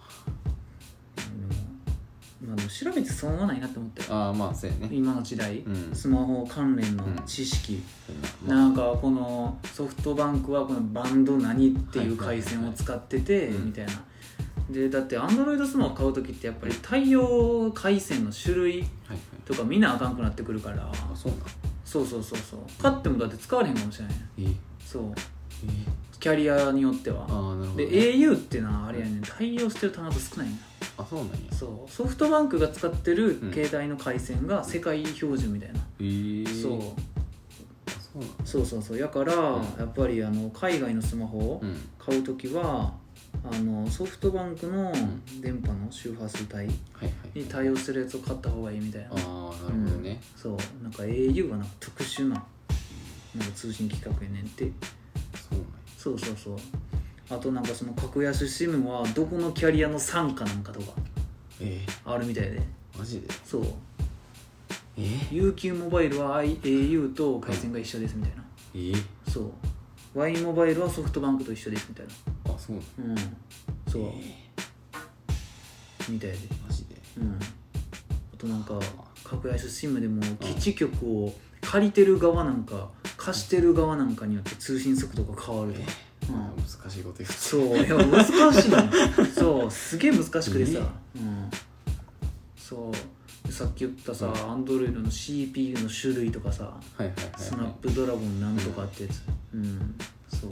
まあでも調べて損はないなって思ったよ。 ああまあそうやね、 今の時代、うん、スマホ関連の知識、うん、なんかこのソフトバンクはこのバンド何っていう回線を使っててみたいな。でだってアンドロイドスマホ買う時ってやっぱり対応回線の種類とか見なあかんくなってくるから、はいはい、あ、そうなん、そうそうそうそう、買ってもだって使われへんかもしれない、えー、そう、えー、キャリアによっては。あ、なるほどね。で エーユー っていうのはあれやねん、対応してる端末少ないんだ。あ、そうなんや。そう、ソフトバンクが使ってる携帯の回線が世界標準みたいな、うん、えー、そう、そうなん、そうそうそう、やから、うん、やっぱりあの海外のスマホを買うときは、あのソフトバンクの電波の周波数帯に対応するやつを買った方がいいみたいな。ああ、なるほどね、うん、そう、なんか エーユー はなんか特殊な、なんか通信規格やねんって。そうなんや。そうそうそう。あとなんかその格安 SIM はどこのキャリアの傘下なんかとかあるみたいで、えー、マジで。そう、えー、ユーキュー モバイルは エーユー と回線が一緒ですみたいな、えー、そう、Y モバイルはソフトバンクと一緒ですみたいな。あ、そうなの、うん、そう、えー、みたいで、マジで、うん、あとなんか格安 SIM でも基地局を借りてる側なんか貸してる側なんかによって通信速度が変わるとか、えー、うん、難しいこと言う。そう、いや難しいのそう、すげえ難しくてさ、えー、うん、そうさっき言ったさ、アンドロイドの シーピーユー の種類とかさ、はいはいはいはい、スナップドラゴンなんとかってやつ、うん、うん、そう、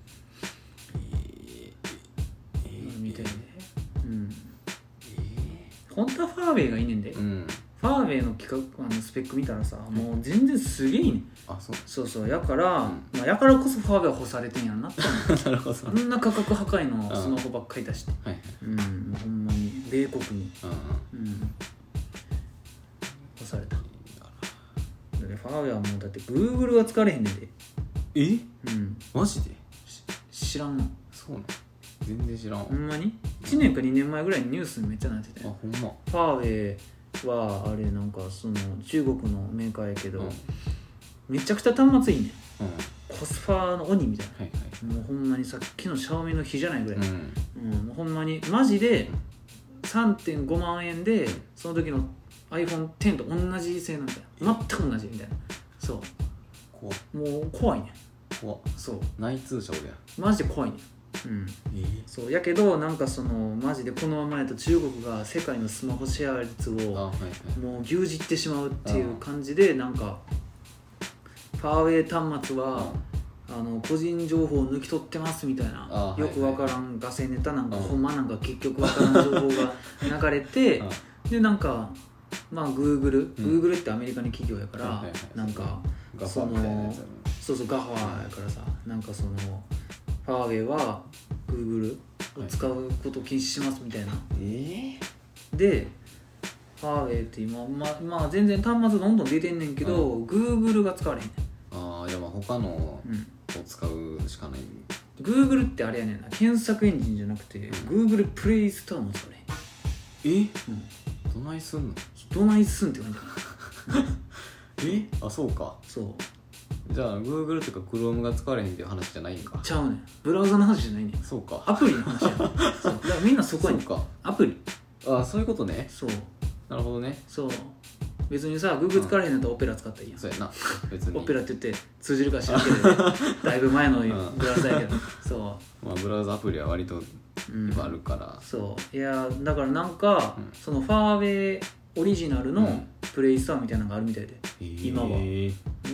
みたいで、うん、えー、本当はファーウェイがいいねんで、うん、ファーウェイの企画あのスペック見たらさ、もう全然すげえいいねん。あ、そう、そうそう、やから、うん、まあ、やからこそファーウェイは干されてんやんなってなるほど。そんな価格破壊のスマホばっかり出して、はい、うん、ほんまに米国に、うん、うん、干された。だってファーウェイはもうだって Google が使われへんねんで。え、うん、マジで知らんの。そうなの、全然知らん。ほんまにいちねんかにねんまえぐらいにニュースにめっちゃなってて、あ、ほんま。ファーウェイはあれなんかその中国のメーカーやけど、うん、めちゃくちゃ端末いいね、うん、コスパの鬼みたいな、はいはい、もうほんまにさっきのシャオミの日じゃないぐらい、うんうん、もうほんまにマジで さんてんごまんえんでその時の アイフォンテン と同じ性能みたいな、全く同じみたいな。そう怖もう怖いね。怖そう内通者俺やマジで怖いね。うん、えー、そうやけどなんかそのマジでこのままやと中国が世界のスマホシェア率をもう牛耳ってしまうっていう感じで、なんかファーウェイ端末はあの個人情報を抜き取ってますみたいな、よくわからんガセネタなんかほんまなんか結局わからん情報が流れてでなんかまあ Google、うん、Google ってアメリカの企業やから、はいはいはい、なんかそのそうそうガファやからさ、なんかそのファーウェイは Google を使うことを禁止しますみたいな、えー、でファーウェイって今、ままあ、全然端末どんどん出てんねんけど、うん、Google が使われへんねん。ああ、じゃあまあ他のを使うしかない、うん、Google ってあれやねんな、検索エンジンじゃなくて、うん、Google プレイストアも使われへん。え、うん、どないすんのどないすんって感じえ、あ、そうか。そうじゃあ Google とか Chrome が使われへんっていう話じゃないんか。ちゃうねん、ブラウザの話じゃないねん。そうか、アプリの話やねんそうだからみんなそこやねん。そうか、アプリ。ああ、そういうことね。そう、なるほどね。そう別にさ Google 使われへんのやったらオペラ使ったらいいやん。そうやな、別にオペラって言って通じるか知らんけど、ね、だいぶ前のブラウザやけどそうまあブラウザアプリは割と今あるから、うん、そういやだからなんか、うん、そのファーウェイオリジナルのプレイストアみたいなのがあるみたいで、うん、今は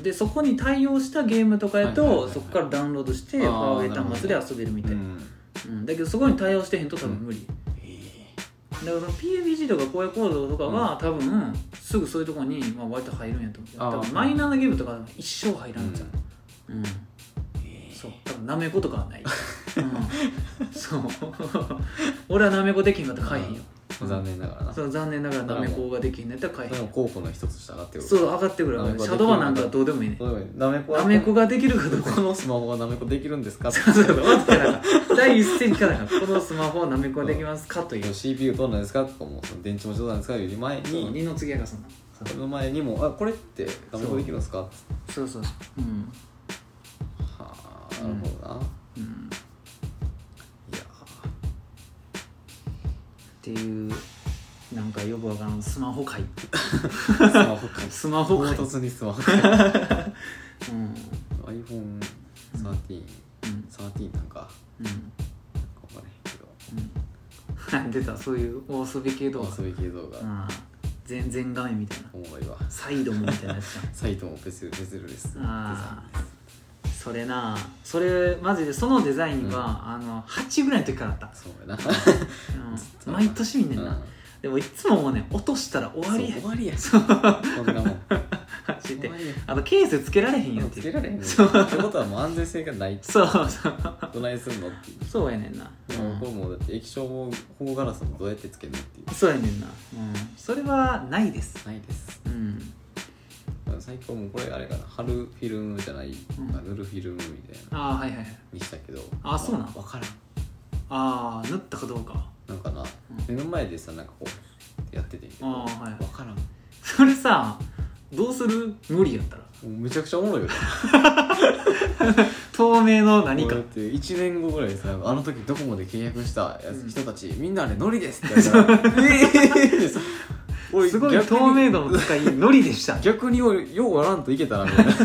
でそこに対応したゲームとかやと、はいはいはいはい、そこからダウンロードしてファーウェイ端末で遊べるみたいな、うんうん、だけどそこに対応してへんと多分無理、うん、だから ピーユービージー とか荒野行動とかは、うん、多分すぐそういうところに、まあ、割と入るんやと思う。多分マイナーなゲームとか一生入らんじゃん、うんうん、そう多分なめことかはない、うん、そう俺はなめこできんかったら買えへんよ。 残念ながらな。 そう残念ながらなめこができんねったら買えへん。 それも候補の一つとして上がってくる。 そう上がってくる。シャドウはなんかどうでもいいね。 なめこなめこができるかどうか。 このスマホがなめこできるんですか。 そうそうそう。待ってなんか第一声に聞かないからこのスマホはなめこができますかという。 シーピーユー どうなんですかとかも電池もどうなんですかより前に。 二の次やがそんな。 その前にもあこれってなめこできるんですか。 そうそうそう。うん。 はあなるほどな。うん。いやっていう。なんかよくわからんスマホ界スマホ界スマホ界唐突にスマホ界、うん、アイフォンサーティーン、うん、サーティーンなんか、うん、なんか分からへんけど、 うん、出たそういうお遊び系動画お遊び系動画、うん、 全全画面みたいなおもろいわサイドもみたいなやつじゃんサイドも別ベゼルです。 あそれなそれマジでそのデザインは、うん、あのはちぐらいの時からあった。 そうやな、 うん、毎年見んねんな、うんでもいつももうね落としたら終わりや終わりやそうこんなもん知ってあとケースつけられへんよってつけられへんねそうってことはもう安全性がないってそうそうどないすんのっていうそうやねんな、 うん、これもうだって液晶も保護ガラスもどうやってつけるのっていうそうやねんな、うん、それはないですないですうん最近もうこれあれかな貼るフィルムじゃない、うん、塗るフィルムみたいなあはいはいはいにしたけどあそうなん分からんああ塗ったかどうかなんかな、うん、目の前でさなんかこうやっててんけど、 はい、 分からんそれさどうする無理やったらめちゃくちゃおもろいよね透明の何かっていちねんごぐらいでさあの時ドコモで契約したやつ、うん、人たちみんなあれノリですって言ったらえー俺すごい透明度の高いノリでした逆にようやらんといけたなみたいな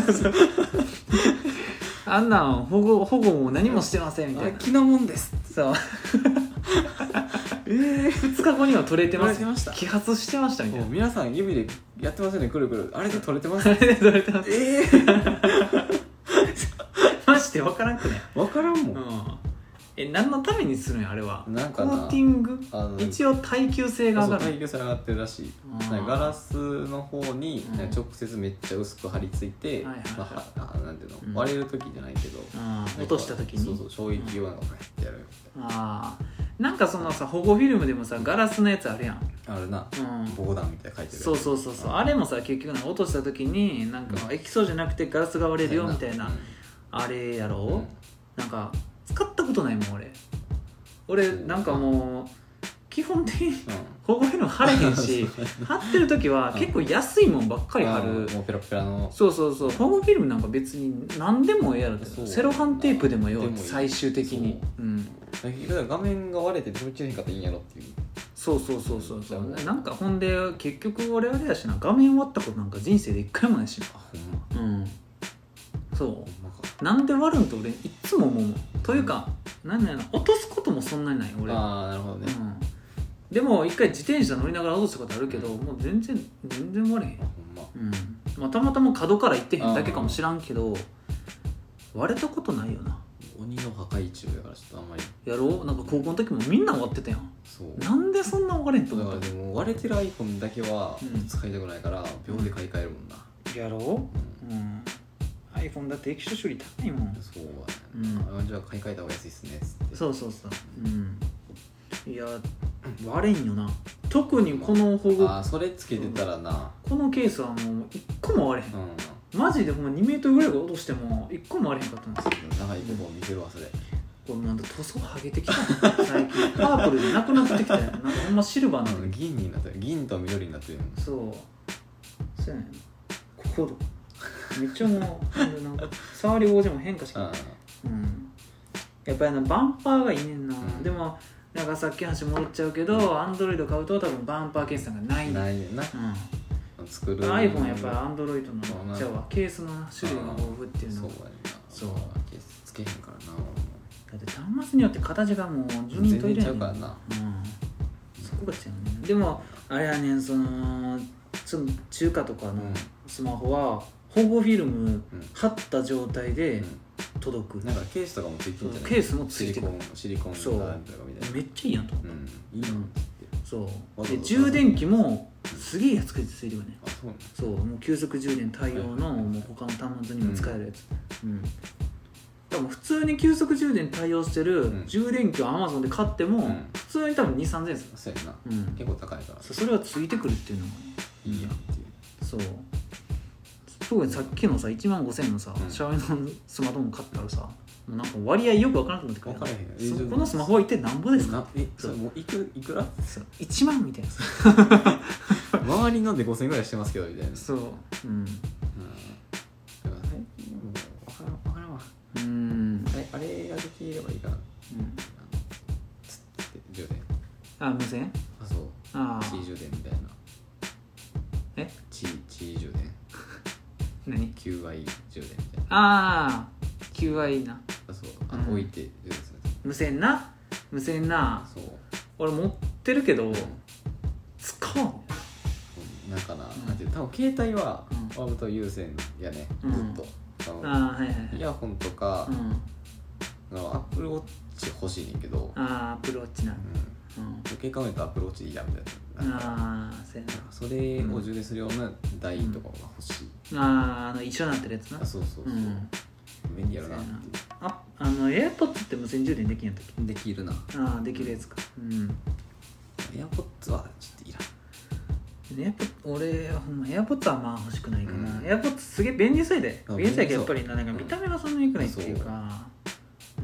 あんなん保護保護も何もしてませんみたいな気なもんですそうえー、ふつかごには取れてます揮発してましたみたいな皆さん指でやってますよねくるくるあれで取れてますあれで取れてますえーマジで分からんくね分からんもん、うん、 え何のためにするんやあれはなんかなコーティング一応耐久性が上がる耐久性上がってるらしいガラスの方に直接めっちゃ薄く貼り付いて、うんまあ、なんていうの、うん、割れる時じゃないけど、 うん、落とした時にそうそう衝撃をなんかこうやってやる、 うん、あなんかそのさ保護フィルムでもさガラスのやつあるやんあるな、うん、防弾みたいな書いてるそうそうそうそう、うん、あれもさ結局なんか落とした時になんか液晶じゃなくてガラスが割れるよみたいな、うん、あれやろ、うん、なんか使ったことないもん俺俺なんかもう基本的に保護フィルム貼れへんし貼ってる時は結構安いもんばっかり貼るもうペラペラのそうそうそう保護フィルムなんか別に何でもええやろセロハンテープでもよ最終的にう、うん、 画面が割れてどっちがいいかっていいんやろっていうそうそうそうそうそう、うん、なんかほんで結局俺あれやしな画面割ったことなんか人生で一回もないしなあほんまうんそうなんで割るんと俺いつも思うもんというか何だろう落とすこともそんなにない俺ああなるほどね、うんでも一回自転車乗りながら落としたことあるけど、うん、もう全然全然割れへん、 あほんま、 うんまあ、たまたま角から行ってへんだけかもしらんけど割れたことないよな鬼の破壊中やからちょっとあんまりやろうなんか高校の時もみんな割ってたやんそうなんでそんな割れんと思っただからでも割れてる iPhone だけは使いたくないから秒で買い替えるもんな、 うん、やろう、うんうん、iPhone だって液晶処理高いもんそうやね、うん、じゃあ買い替えた方が安いっすねっつってそうそうそううんいや割れんよな特にこの保護あそれつけてたらなこのケースはもういっこも割れへん、うん、マジでほんまにメートルぐらい落としてもいっこも割れへんかったんですよ長いとこ見てるわそれこれなんだ塗装剥げてきた最近パープルでなくなってきたよなんかほんまシルバーなの銀になってる銀と緑になってるそうそうやねんここめっちゃもうなんか触り心地も変化してきてうんやっぱりなバンパーがいいねんな、うん、でもなんかさっき話戻っちゃうけど、アンドロイド買うと多分バンパーケースがないないねんな、 うん、 作る iPhone やっぱりアンドロイドのじゃあケースの種類が豊富っていうのそうやねんなそうケースつけへんからなだって端末によって形がもう順に取れない全然ちゃうからな、 うん、そこが違うねでもあれやねんそのその中華とかのスマホは保護フィルム貼った状態で届く、 なんかケースとかもついてるんじゃない？ ケースもついてる、 シリコンシリコンなんとかみたいな。 めっちゃいいやんと思った、 うん、いいな、うん、 そうで充電器もすげえやつついてるよね、 あ、そうそうもう急速充電対応のもう他の端末にも使えるやつ、うん、うん、多分普通に急速充電対応してる充電器を Amazon で買っても、うん、普通に多分にせんさんぜんえんする。そうやな、うん、結構高いから。 それはついてくるっていうのがいいやんっていう。そう特にさっきのさいちまんごせんえんのさ、うん、シャワイのスマートフォン買ったらさもうなんか割合よく分からなくなってくる。 分からへん。 このスマホは一体なんぼですか？ え、それもういくいくら？ いちまんみたいな周りのでごせんえんぐらいしてますけどみたいな。 そう、うん、うん、 分からん分からんわ。 うん、 あれあれができればいいかな。うん。つって充電。 あ、無線？ あ、そう。 ああ。 地充電みたいな。 え？ 地地充電。 何？ キューアイ 充電みたいな。 ああ、キューアイ な。 あ、そう。あの、うん、置いて充電する。 無線な。無線な。 そう。 俺持ってるけど、うん、使わん。 なんかな、うん、なんていう多分携帯はワブと有線やね、うん、ずっと。 ああ、はいはい。 イヤホンとか、うん、アップルウォッチ欲しいねんけど。 ああ、アップルウォッチな。 うん。余計考えるとアップルウォッチいいやみたいな。 ああ、そうやな。 それを充電するような台とかが欲しい。 うん、ああ、あの一緒になってるやつな。 あ、そうそうそう。うん、便利やろなっていう。 あ、あの AirPods って無線充電できんやったっけ？ できるな。 ああ、できるやつか。うん。 AirPods はちょっといらん。 エアポッ俺ほんまエアポッツはまあ欲しくないかな、うん、エアポッツすげえ便利そうやで。便利そうやけどやっぱりな、なんか見た目がそんなに良くないっていうか、うん、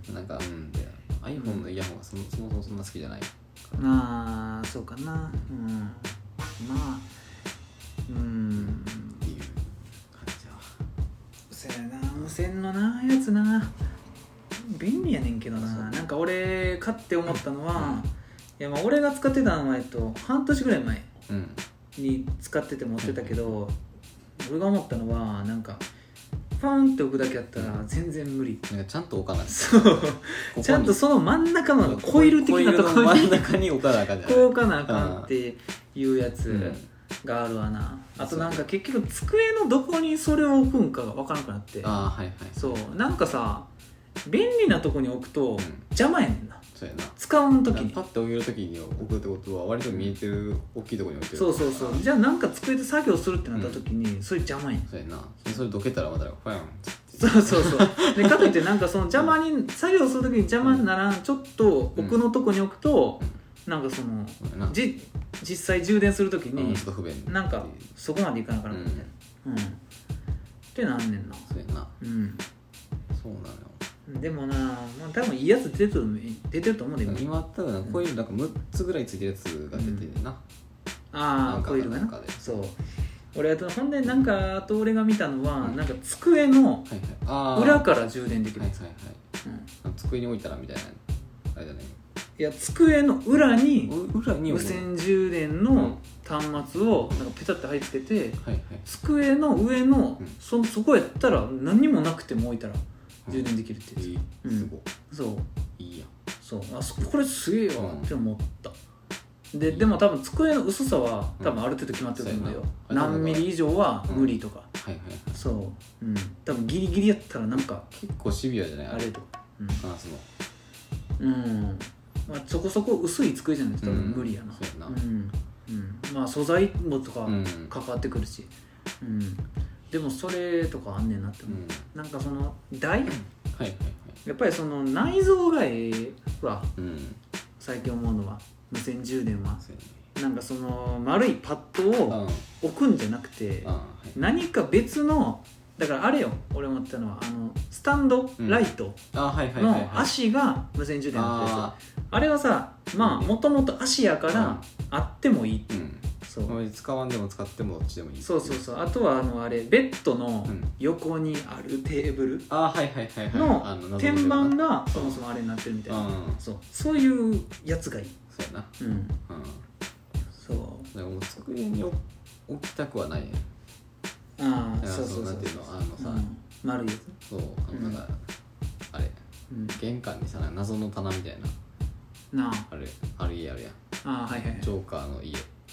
なんかうんで iPhone のイヤホンはそもそもそんな好きじゃない。 ああ、そうかな、うん、まあうんっていう感じは。 そうやな、無線のなやつな便利やねんけどな。なんか俺買って思ったのは、うん、いやまあ俺が使ってたのはえっと半年ぐらい前に使ってて持ってたけど、うん、俺が思ったのはなんかファンって置くだけやったら全然無理。 なんかちゃんと置かない。 そうこちゃんとその真ん中のコイル的なところに真ん中に置かなあかんじゃない。 こう置かなあかんっていうやつがあるわな、うん、あとなんか結局机のどこにそれを置くんかが分からなくなって。 あ、はいはい、 そうなんかさ便利なとこに置くと邪魔やねんな、 そうやな。 使う時にパッて置ける時に置くってことは割と見えてる大きいところに置いてる。 そうそうそう。じゃあなんか机で作業するってなった時に、うん、それ邪魔やん。 そうやな。それどけたらまたファン。 そうそうそう。でかといってなんかその邪魔に作業する時に邪魔にならん、ちょっと奥のとこに置くと、うん、なんかその、うん、じ実際充電する時に、うん、なんかそこまでいかなあかんみたいな。うん。ってなんねんな。 そうやな。うん。そうなのよ。 でもな、まあ、多分いいやつ出てる出てると思うんだけど、 今多分コイルなんかむっつぐらいついてるやつが出てるな、うん、 ああコイルがな。そう俺あとほんでなんかあと俺が見たのは、うん、なんか机の裏から充電できるやつ、はいはいはいうん、 机に置いたらみたいなあれだね。 いや机の裏に無線充電の端末をなんかペタッて貼り付けて、はいはい、机の上の、うん、そ, そこやったら何もなくても置いたら充電できるってやつ、うん、すごい、そういいや。 そうあそこれすげえわって思った、うん、ででも多分机の薄さは多分ある程度決まってると思うんだよ、うん、何ミリ以上は無理とか、うんはいはいはい、そう、うん、多分ギリギリやったらなんか結構シビアじゃないあれとか、うん、 あそのうんまあ、そこそこ薄い机じゃないと多分無理やな、うん、そうやな、うんうん、まあ素材もとか関わってくるし、うん、うんでもそれとかあんねんなって思う、うん、なんかその台、はいはいはい、やっぱりその内臓がええわ、うん、最近思うのは無線充電は、ね、なんかその丸いパッドを置くんじゃなくて、はい、何か別のだからあれよ俺思ったのはあのスタンドライトの足が無線充電のやつ、あ, あれはさまあもともと足やからあってもいいっていう、うんそう使わんでも使ってもどっちでもいい。 そうそうそう。あとはあのあれベッドの横にあるテーブルの天板がそもそもあれになってるみたいな、うん、そうそういうやつがいい。 そうやな、 うん、うん、そうだからもう机に置きたくはないね。 ああそうそうそう。 なんていうのあのさ、うん、 丸いやつ。 そうあのなんか、うん、あれ、うん、玄関にさ謎の棚みたいななああれある家あるやん。 ああはいはい。 ジョーカーの家。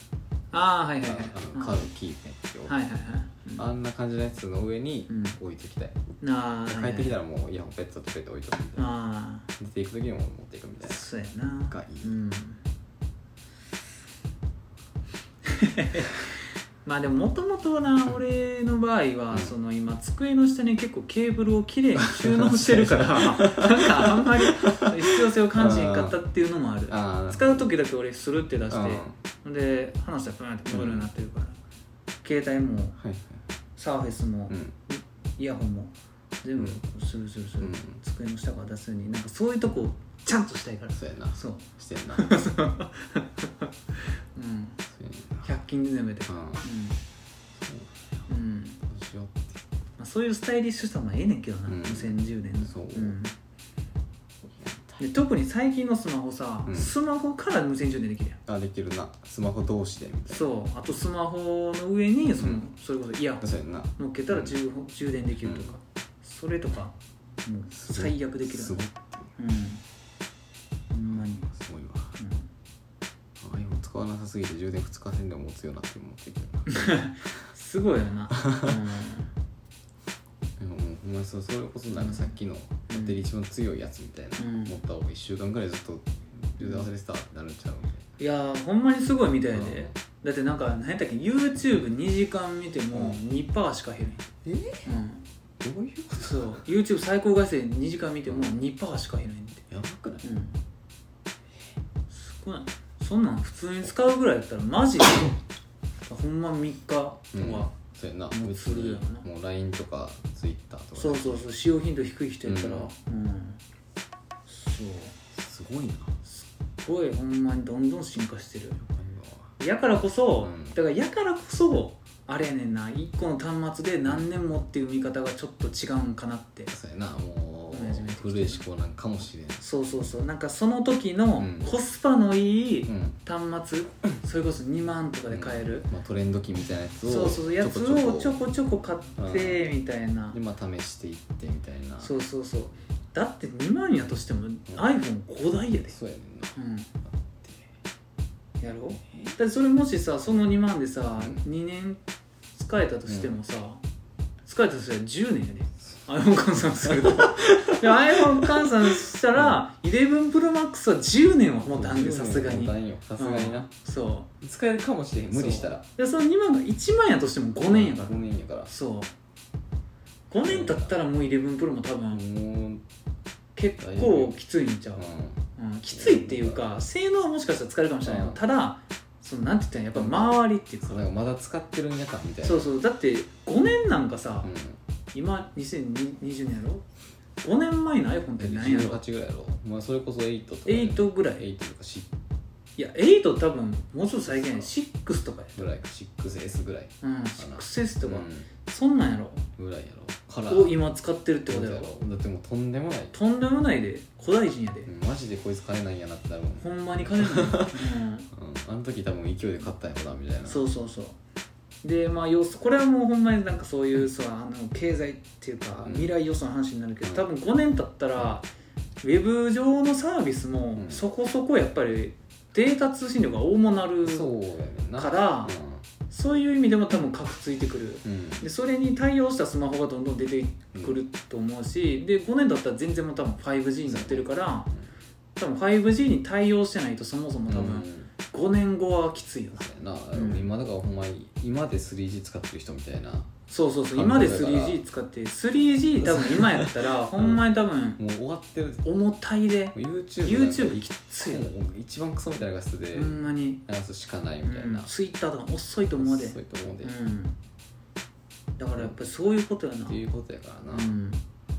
ああはいはいはいあのカードキーペンってはいはいはい、 うん、あんな感じのやつの上に置いてきたい、うん、あ帰ってきたらもうイヤホンペットとペット置いとくみたいな、出ていく時にも持っていくみたいな、 そうやながいい、 うんまあでももともとな俺の場合は、うん、その今机の下に結構ケーブルをきれいに収納してるからなんかあんまり必要性を感じへんかったっていうのもある。あ使う時だけ俺スルって出してで離したらプーンって戻るようになってるから、うん、携帯も、はい、サーフェスも、うん、イヤホンも全部スルスルスル、うん、机の下から出すようになんかそういうとこちゃんとしたいから。 そうやな。 そうしてんなうん、ひゃく均で全部で、うんうんうんまあ、そういうスタイリッシュさもええねんけどな、うん、無線充電のそう、うん、で特に最近のスマホさ、うん、スマホから無線充電できるやん。 あできるな、スマホ同士でみたいな。 そうあとスマホの上にその、うん、それこそイヤホン乗っけたら 充,、うん、充電できるとか、うん、それとかもう最悪できるすごい、 うんほんまにすごいわ、うん、iPhone 使わなさすぎて充電ふつかせんでも持つようなって思ってきてなすごいよな、 うん、でももうほんまにそれこそなんかさっきのバッテリー一番強いやつみたいな、うん、持った方がいっしゅうかんくらいずっと充電忘れてたってなるんちゃうみたいな。 いやほんまにすごいみたいで、うん、だってなんか何やったっけ YouTubeにじかん見ても にパーセント しか減るんや、 えうんどういうこと？ そう YouTube 最高画質にじかん見ても にパーセント しか減らないんで。 やばくない？うん。 少ない。そんなん普通に使うぐらいやったらマジでほんまみっかとか、うん、 そうやな。もうするやな。もう ライン とか Twitter とか。 そうそうそう使用頻度低い人やったら、うん。うん、そうすごいな。 すごいほんまにどんどん進化してる。やからこそ、うん、だからやからこそ。あれやねんな、いっこの端末で何年もっていう見方がちょっと違うんかなって。 そうやな、もう古い思考なんかもしれん。 そうそうそう、なんかその時のコスパのいい端末、うん、それこそにまんとかで買える、 うんまあ、トレンド機みたいなやつをそうそうやつをちょこちょこ買ってみたいな、 でまあ試していってみたいな。 そうそうそう、だってにまんやとしても アイフォンご 台やで。 そうやねんな、うんやろう。だってそれもしさそのにまんでさ、うん、にねん使えたとしてもさ、うん、使えたとしたらじゅうねんやで iPhone 換算するとiPhone 換算したら、うん、じゅういち Pro Max はじゅうねんは持たんでさすがにさすがにな、 うん、そう使えるかもしれへん無理したら。 でそのにまんがいちまんやとしてもごねんやから、 ごねんやからそうごねん経ったらもうじゅういち Pro も多分もう結構きついんちゃう、うんうん、きついっていうか性能はもしかしたら使えるかもしれないよ、うん、ただそのなんて言ったらやっぱ周りっていうか、 なんかまだ使ってるんやかみたいな。 そうそうだってごねんなんかさ、うん、今にせんにじゅうねんやろ、ごねんまえの iPhone って何やろ、 じゅうはちぐらいやろ、まあ、それこそはちとか、 ね、はちぐらい、 はちとかろく、 いやはち多分もうちょっと最近ろくとかやぐらいか シックスエス ぐらい、 うん シックスエス とか、うん、そんなんやろぐらいやろからを今使ってるってことやろ。 だってもうとんでもないとんでもないで古代人やで、 うん、マジでこいつ金ないんやなってなるもん。 ほんまに金ない、うんうん、 あの時多分勢いで買ったんやろなみたいな。 そうそうそうでまあ要素これはもうほんまになんかそういうさ、あの経済っていうか、うん、未来予想の話になるけど、多分ごねん経ったら、うん、ウェブ上のサービスもそこそこやっぱりデータ通信量が大もなるから、そういう意味でも多分核ついてくる、うん、でそれに対応したスマホがどんどん出てくると思うし、でごねんだったら全然もう多分 ファイブジー になってるから、多分 ファイブジー に対応してないとそもそも多分ごねんごはきついよな、うん、今だからほんまに今で スリージー 使ってる人みたいな。 そうそうそう今で スリージー 使って スリージー 多分今やったらほんまに多分もう終わってる重たいで YouTube, YouTube きついよ一番クソみたいな画質でほんまに流すしかないみたいな、うん、 Twitter とか遅いと思うで遅いと思うで、 うん、だからやっぱりそういうことやなっていうことやからな、うん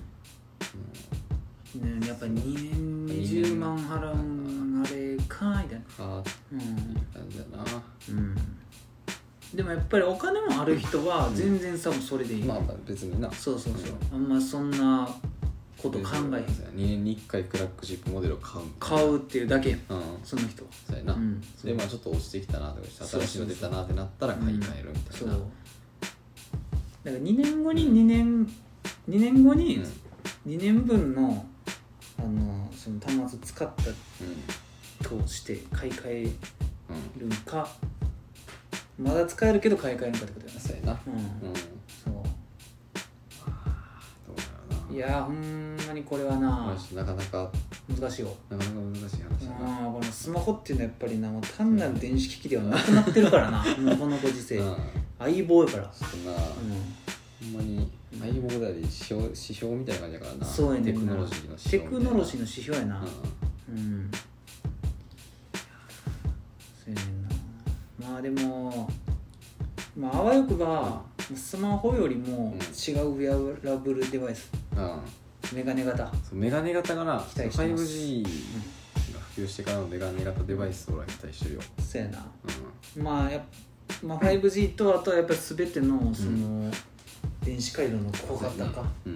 うん、ね、やっぱりにねんにじゅうまん払うんあれかみたいなかっていう感じだな、 うんうん、でもやっぱりお金もある人は全然多分それでいい、 うん、まあ別になそうそうそう、うん、あんまそんなこと考えへん。 にねんにいっかいクラックシップモデルを買う買うっていうだけやん、うん、その人はそうやな、うん、でまあちょっと落ちてきたなとか新しいの出たなってなったら買い替えるみたいな、うん、そうだからにねんごに2年にねんごににねんぶんのあのその端末使ったとして買い替えるか、 まだ使えるけど買い替えるかってことやな。 そうやな、 うん、 うん、 そうどうだろうな。 いやほんまにこれはななかなか難しいよ。 なかなか難しい話だな。 あこのスマホっていうのはやっぱりなもう単なる電子機器ではなくなってるからなもうこのご時世、 うん、 相棒やから。 ちょっとな、 うん、 ほんまに相棒であり指標、指標みたいな感じだからな。 そうやねんな。 テクノロジーの指テ標みたいな。 クノロジーの指標やな。 うん、 うん、そうやねんな。まあでもまああわよくば、うん、スマホよりも違うウェアラブルデバイス、うん、メガネ型。 そうメガネ型がな、 期待してます。 ファイブジー が普及してからのメガネ型デバイスを俺は期待してるよ。 そうやな、 うん、 まあやっぱ、まあ、ファイブジー とあとはやっぱり全てのその、うん、電子回路の小型化、うんうん、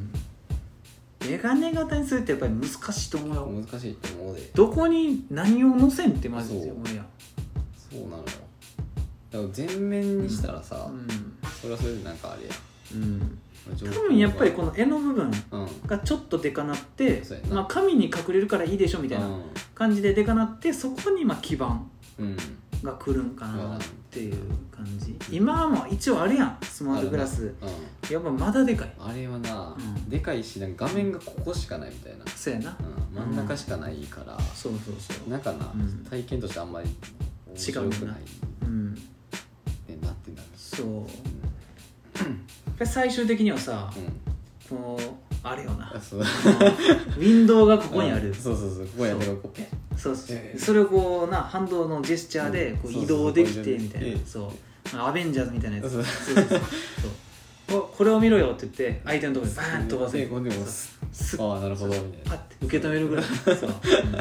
メガネ型にするってやっぱり難しいと思うよ。 難しいと思うで。 どこに何を載せんってマジで思うやん。 そうなのよ。だから全面にしたらさ、 うん、 それはそれでなんかあれや、 うん多分やっぱりこの絵の部分がちょっとでかなって、うん、まあ紙に隠れるからいいでしょみたいな感じででかなって、そこにまあ基板が来るんかなっていう感じ、うん、今はもう一応あるやんスマートグラス、うん、やっぱまだでかい。 あれはな、うん、でかいしなんか画面がここしかないみたいな。 そうやな、 うん、真ん中しかないから、うん、 そうそうそうなんかな、うん、体験としてあんまり面白くない、 うん、 ってなってなる。 そう、うん最終的にはさ、うん、このあれよな、そうウィンドウがここにある、うん、 そうそうそうここにあるこうそうそう、えー、それをこうな反動のジェスチャーでこう移動できてみたいな、うん、そうそうアベンジャーズみたいなやつ、そうそうそうそうこれを見ろよって言って相手のところにバーンと飛ばせる、 ああなるほどみたいな受け止めるぐらいそう、うん、そう、うん、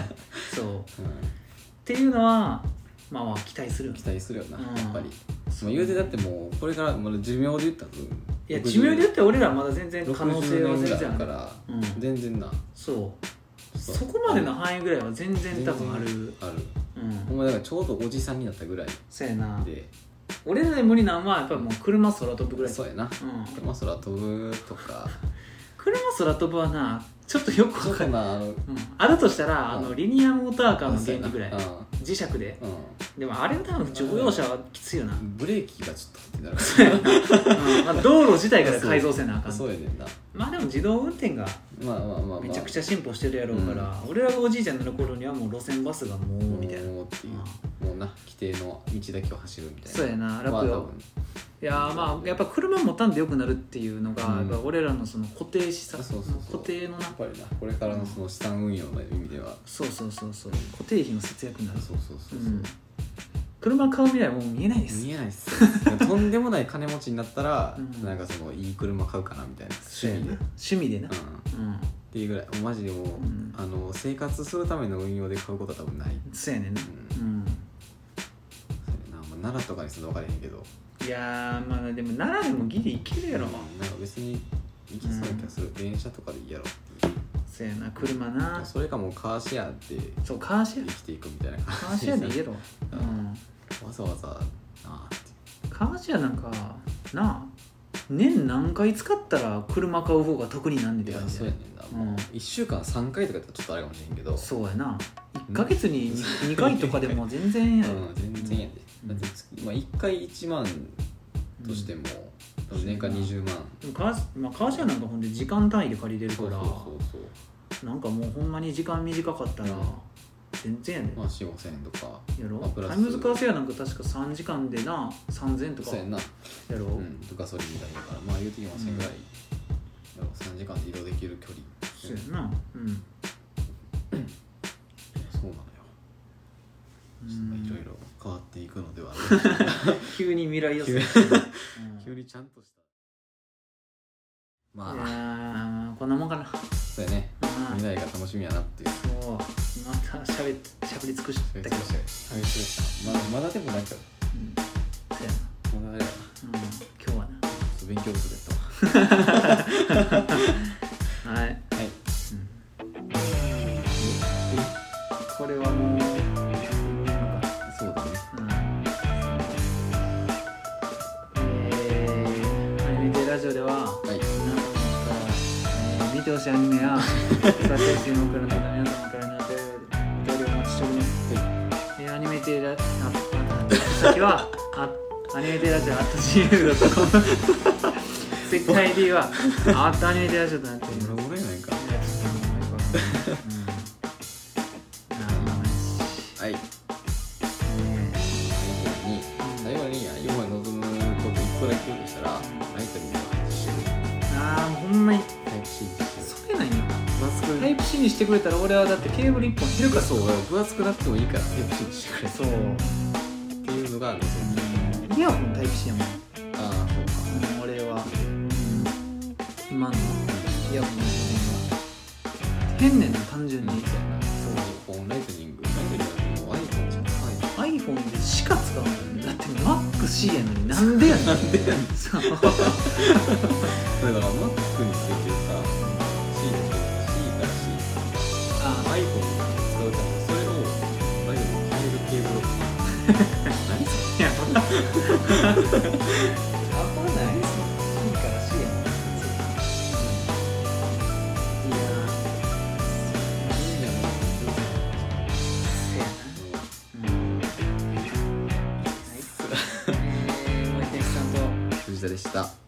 っていうのはまあまあ期待するよ、 期待するよな、うん、やっぱりまあ、言うてだってもうこれからまだ寿命で言ったらいや寿命で言って俺らまだ全然可能性は全然あるから、うん、全然なそうそこまでの範囲ぐらいは全然多分あるある、うん、お前だからちょうどおじさんになったぐらいそうやなで俺らで無理なんはやっぱりもう車空飛ぶぐらい。 そうやな、うん、車空飛ぶとか車空飛ぶはなちょっとよく分かんない、うん、あるとしたら、うん、あのリニアモーターカーの原理ぐらい、うん、磁石で、うん、でもあれは多分乗用車はきついよな、 ブレーキがちょっとってなる、 うんまあ、道路自体から改造せなあかん。 そうやねんな。 まあでも自動運転がめちゃくちゃ進歩してるやろうから、まあまあまあまあ、俺らがおじいちゃんになる頃にはもう路線バスがもうみたいな、もうっていう、 うん、もうな規定の道だけを走るみたいな。 そうやな楽よ、まあいやまあやっぱ車持たんでよくなるっていうのが、うん、やっぱ俺らのその固定資産、そうそうそう固定のなやっぱりなこれからのその資産運用の意味では、 そうそうそうそう固定費の節約になる。 そうそうそうそう、うん、 車買う未来はもう見えないです。 見えないですとんでもない金持ちになったら、うん、なんかそのいい車買うかなみたいな趣味で趣味でな、 うんうん、っていうぐらいマジでもう、うん、あの生活するための運用で買うことは多分ない。 そうやねんな、うんうん、 そうやな、まあ、奈良とかにすると分からへんけど、 いやーまあでも奈良でもギリ行けるやろ、うん、 なんか別に行きそうな気がする、うん、電車とかでいいやろ。 そうやな車な。 それかもうカーシェアでそうカーシェア生きていくみたいな感じ。 カーシェアでいいやろ、うん、 わざわざなあってカーシェアなんかなあ年何回使ったら車買う方が得になんねんって感じ。 そうやねんな、うん、いっしゅうかんさんかいとかやったらちょっとあれかもしれんけど、 そうやないっかげつに にかいとかでも全然やで、 うん、全然やで、うん、だってまあ、いっかいいちまんとしても、うん、年間にじゅうまん。 でもカー、まあ、カーシェアなんかほんで時間単位で借りれるから、そうそうそうそう、なんかもうほんまに時間短かったら、うん、全然やで、 まあ、よん、ごせんえんとかやろ、まあ、タイムズカーシェアなんか確かさんじかんでなさんぜんえんとかそうやんなやろ、 うん、とかそれみたいだからまあ言うてきませんぐらい、うん、やろさんじかんで移動できる距離。 そうやな、うんそうなのよ。いろいろ変わっていくのではない急に未来予測急にちゃんとしたまあいやこんなもんかな。 そうやね、未来が楽しみやなっていう。 そうまたしゃべしゃべり尽くしたけどしゃべり尽くしたまだまだでもなんか、 うん、そうやなまだあれやな、 うん、今日はな勉強不足やったわはい、はい、うん、これはもうそうだね、 うん、えー、アニメテラジオでは、はい、皆様から、えー、見てほしいアニメや使ってほしいのからの皆様からのお便りをお待ちしております、はい、えー、アニメテラあ先はアッアニメテラジオ アットジーメールドットコム ツイッター アイディー はアットアニメテラジオとなっております。 俺俺ないかはい、最後に最後に望むこといっこだけ言うとしたらライトニングの話してる。 ああもうほんまにタイプ C にしてる。 それなんよ。タイプ C にしてくれたら俺はだってケーブルいっぽん減るから。 そう分厚くなってもいいからタイプ C にしてくれ。 そうっていうのが望む。 イヤホンタイプ C やもん。 ああそうか、 うん、俺は、うん、今のイヤホンのは変ねんな単純に、うん、 そうライトニングライトニングはもう iPhone じゃない iPhone でしか使わない。だって MacC やのになんでやねんなんでやねんそうだから Mac についてさ C について C から C あ iPhone に使うためにそれをライトニング変えるケーブルを何それやばないアップルない C から C やもん。藤田でした。